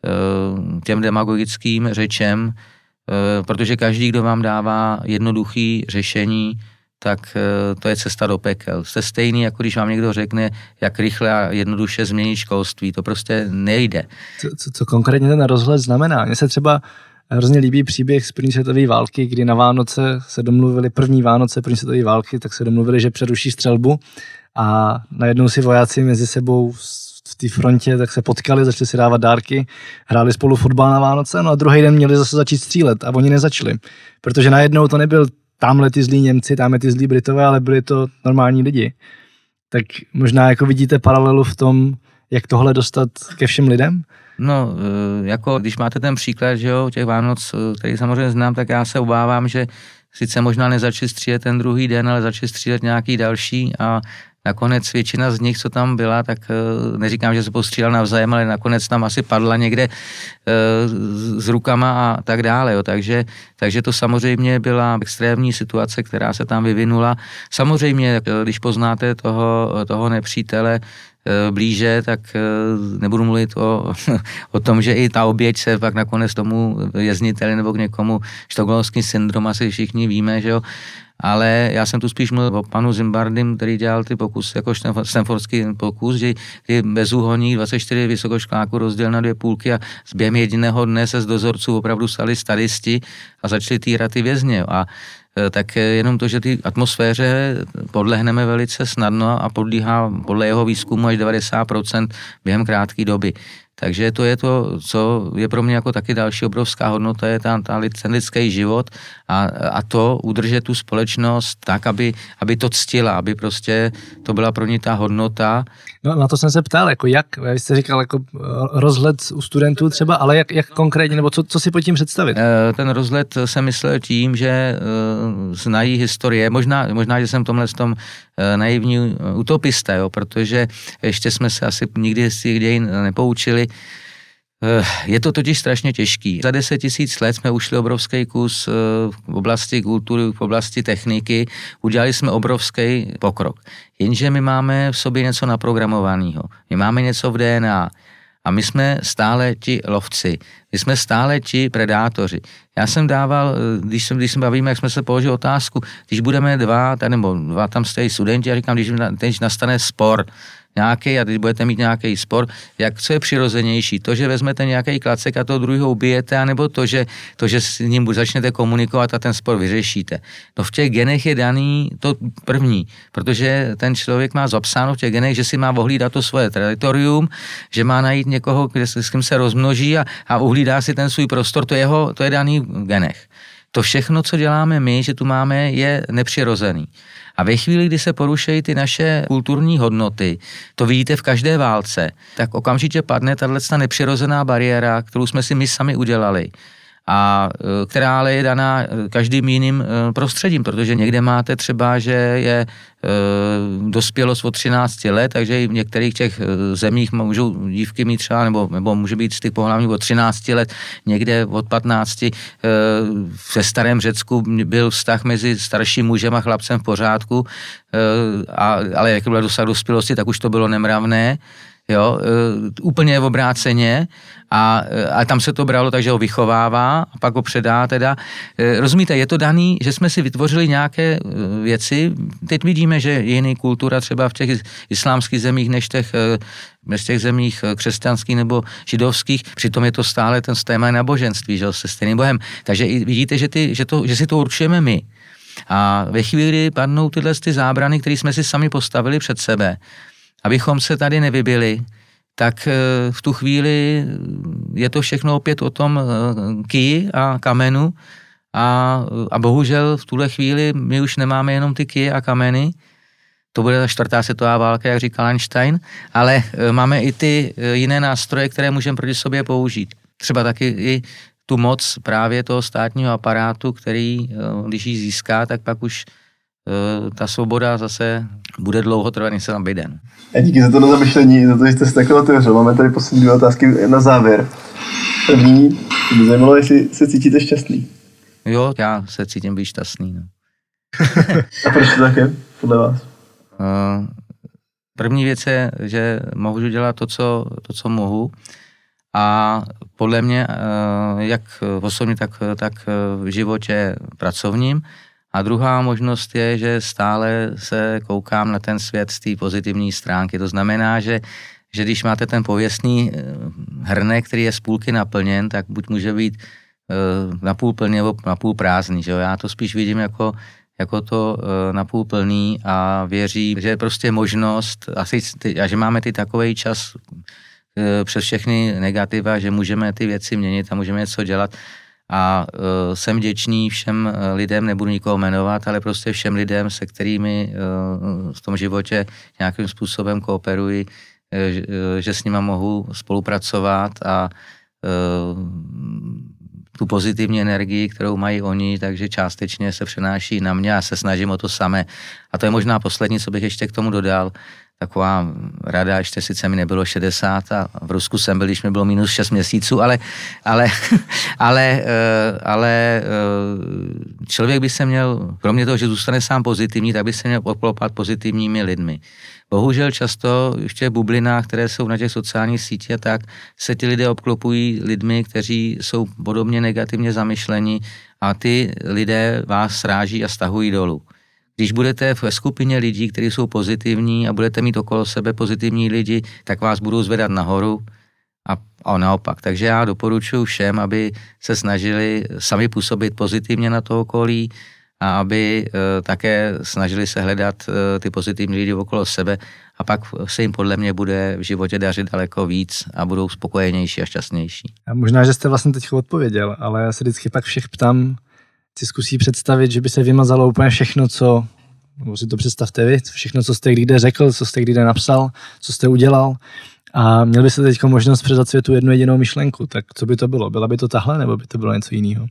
těm demagogickým řečem, protože každý, kdo vám dává jednoduché řešení, tak to je cesta do pekel. Jste stejný, jako když vám někdo řekne, jak rychle a jednoduše změnit školství. To prostě nejde. Co konkrétně ten rozhled znamená? Mně se třeba hrozně líbí příběh z první světové války, kdy na Vánoce se domluvili, první Vánoce první světové války, tak se domluvili, že přeruší střelbu a najednou si vojáci mezi sebou v té frontě tak se potkali, začali si dávat dárky, hráli spolu fotbal na Vánoce, no a druhý den měli zase začít střílet a oni nezačali, protože najednou to nebyl tamhle ty zlí Němci, tamhle ty zlí Britové, ale byli to normální lidi. Tak možná jako vidíte paralelu v tom, jak tohle dostat ke všem lidem? No, jako když máte ten příklad, že jo, těch Vánoc, který samozřejmě znám, tak já se obávám, že sice možná nezačali střílet ten druhý den, ale začali střílet nějaký další a nakonec většina z nich, co tam byla, tak neříkám, že se postřílel navzájem, ale nakonec tam asi padla někde s rukama a tak dále. Jo. Takže to samozřejmě byla extrémní situace, která se tam vyvinula. Samozřejmě, když poznáte toho nepřítele blíže, tak nebudu mluvit o tom, že i ta oběť se pak nakonec tomu vězniteli nebo k někomu štokholmský syndrom, asi všichni víme, že jo. Ale já jsem tu spíš mluvil o panu Zimbardym, který dělal ty pokusy, jako stanfordský pokus, že bezúhonní 24 vysokoškoláků rozdělil na 2 půlky a během jediného dne se z dozorců opravdu stali stadisti a začali týrat ty vězně. A tak jenom to, že ty atmosféře podlehneme velice snadno a podlíhá podle jeho výzkumu až 90% během krátké doby. Takže to je to, co je pro mě jako taky další obrovská hodnota, je ten lidský život a to udržet tu společnost tak, aby to ctila, aby prostě to byla pro ní ta hodnota. No na to jsem se ptal, jako jak, vy jste říkal jako rozhled u studentů třeba, ale jak konkrétně, nebo co si pod tím představit? Ten rozhled jsem myslel tím, že znají historie, možná, že jsem tomhle tom naivní utopista, jo, protože ještě jsme se asi nikdy z těch dějin nepoučili. Je to totiž strašně těžký. Za 10 000 let jsme ušli obrovský kus v oblasti kultury, v oblasti techniky, udělali jsme obrovský pokrok. Jenže my máme v sobě něco naprogramovaného, my máme něco v DNA a my jsme stále ti lovci, my jsme stále ti predátoři. Já jsem dával, když se bavíme, jak jsme se položili otázku, když budeme dva tam stojí studenti, já říkám, když nastane spor, nějaký a teď budete mít nějaký spor, co je přirozenější? To, že vezmete nějaký klacek a toho druhého ubijete, anebo to, že s ním začnete komunikovat a ten spor vyřešíte. No v těch genech je daný to první, protože ten člověk má zapsáno v těch genech, že si má ohlídat to svoje teritorium, že má najít někoho, s kým se rozmnoží a uhlídá si ten svůj prostor, to je daný v genech. to všechno, co děláme my, že tu máme, je nepřirozený. A ve chvíli, kdy se porušejí ty naše kulturní hodnoty, to vidíte v každé válce, tak okamžitě padne tato nepřirozená bariéra, kterou jsme si my sami udělali. A která ale je daná každým jiným prostředím, protože někde máte třeba, že je dospělost od 13 let, takže i v některých těch zemích můžou dívky mít třeba, nebo může být styk pohlavní od 13 let, někde od 15. Ve starém Řecku byl vztah mezi starším mužem a chlapcem v pořádku, ale jak byla dosah dospělosti, tak už to bylo nemravné. Jo, úplně obráceně a tam se to bralo tak, že ho vychovává a pak ho předá teda. Rozumíte, je to daný, že jsme si vytvořili nějaké věci, teď vidíme, že je jiný kultura třeba v těch islámských zemích než těch zemích křesťanských nebo židovských, přitom je to stále ten téma náboženství, že se stejným Bohem. Takže vidíte, že si to určujeme my. A ve chvíli padnou tyhle zábrany, které jsme si sami postavili před sebe, abychom se tady nevybili, tak v tu chvíli je to všechno opět o tom kyji a kamenu a bohužel v tuhle chvíli my už nemáme jenom ty kyje a kameny, to bude ta 4. světová válka, jak říkal Einstein, ale máme i ty jiné nástroje, které můžeme proti sobě použít. Třeba taky i tu moc právě toho státního aparátu, který, když ji získá, tak pak už ta svoboda zase bude dlouho trvat, než se tam vyjde. A díky za to zamyšlení, za to, že jste se takhle otevřel. Máme tady poslední 2 otázky na závěr. První, mě zajímalo, jestli se cítíte šťastný. Jo, já se cítím být šťastný. No. A proč to tak je, podle vás? První věc je, že mohu dělat to, co mohu. A podle mě, jak osobně, tak v životě pracovním. A druhá možnost je, že stále se koukám na ten svět z té pozitivní stránky. To znamená, že když máte ten pověstný hrnek, který je z půlky naplněn, tak buď může být napůl plný nebo napůl prázdný. Že jo? Já to spíš vidím jako to napůl plný a věřím, že je prostě možnost a že máme ty takovej čas přes všechny negativa, že můžeme ty věci měnit a můžeme něco dělat. A jsem vděčný všem lidem, nebudu nikoho jmenovat, ale prostě všem lidem, se kterými v tom životě nějakým způsobem kooperuji, že s nima mohu spolupracovat a tu pozitivní energii, kterou mají oni, takže částečně se přenáší na mě a se snažím o to samé. A to je možná poslední, co bych ještě k tomu dodal. Taková rada, ještě sice mi nebylo 60 a v Rusku jsem byl, když mi bylo minus 6 měsíců, ale člověk by se měl, kromě toho, že zůstane sám pozitivní, tak by se měl obklopat pozitivními lidmi. Bohužel často v těch bublinách, které jsou na těch sociálních sítích, tak se ti lidé obklopují lidmi, kteří jsou podobně negativně zamyšleni a ty lidé vás sráží a stahují dolů. Když budete ve skupině lidí, kteří jsou pozitivní a budete mít okolo sebe pozitivní lidi, tak vás budou zvedat nahoru a naopak. Takže já doporučuji všem, aby se snažili sami působit pozitivně na to okolí a aby také snažili se hledat ty pozitivní lidi okolo sebe a pak se jim podle mě bude v životě dařit daleko víc a budou spokojenější a šťastnější. A možná, že jste vlastně teď odpověděl, ale já se vždycky pak všech ptám, si zkusí představit, že by se vymazalo úplně všechno, nebo si to představte vy, všechno, co jste kdy řekl, co jste kdy napsal, co jste udělal a měl byste teď možnost předat světu jednu jedinou myšlenku, tak co by to bylo? Byla by to tahle, nebo by to bylo něco jiného?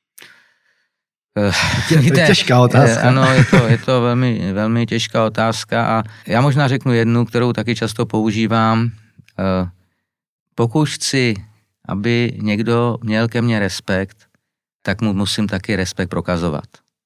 To je těžká otázka. Ano, je to velmi, velmi těžká otázka a já možná řeknu jednu, kterou taky často používám. Pokud chci, aby někdo měl ke mně respekt, tak mu musím taky respekt prokazovat.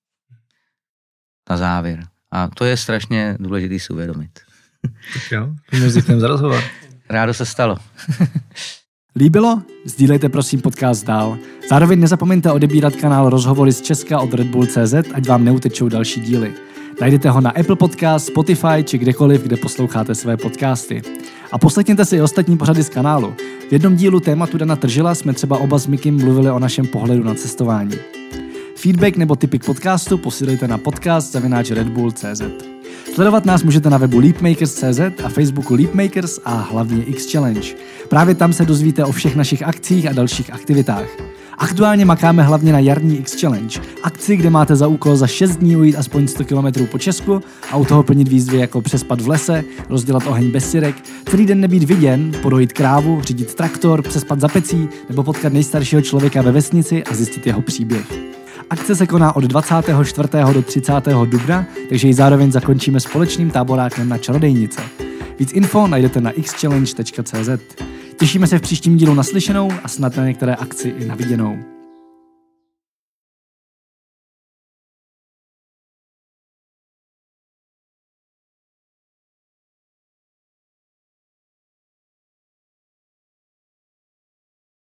Na závěr. A to je strašně důležité si uvědomit. Tak jo, muzikem za rozhovor. Rádo se stalo. Líbilo? Sdílejte prosím podcast dál. Zároveň nezapomeňte odebírat kanál Rozhovory z Česka od Red Bull.cz, ať vám neutečou další díly. Najdete ho na Apple Podcast, Spotify či kdekoliv, kde posloucháte své podcasty. A poslechněte si i ostatní pořady z kanálu. V jednom dílu tématu Dana Tržila jsme třeba oba s Mikim mluvili o našem pohledu na cestování. Feedback nebo tipy k podcastu posílejte na podcast@redbull.cz. Sledovat nás můžete na webu leapmakers.cz a Facebooku Leapmakers a hlavně X Challenge. Právě tam se dozvíte o všech našich akcích a dalších aktivitách. Aktuálně makáme hlavně na jarní X-Challenge, akci, kde máte za úkol za 6 dní ujít aspoň 100 km po Česku a u toho plnit výzvy jako přespat v lese, rozdělat oheň bez sirek, celý den nebýt viděn, podojit krávu, řídit traktor, přespat za pecí nebo potkat nejstaršího člověka ve vesnici a zjistit jeho příběh. Akce se koná od 24. do 30. dubna, takže ji zároveň zakončíme společným táborákem na Čarodejnice. Víc info najdete na xchallenge.cz. Těšíme se v příštím dílu naslyšenou a snad na některé akci i na viděnou.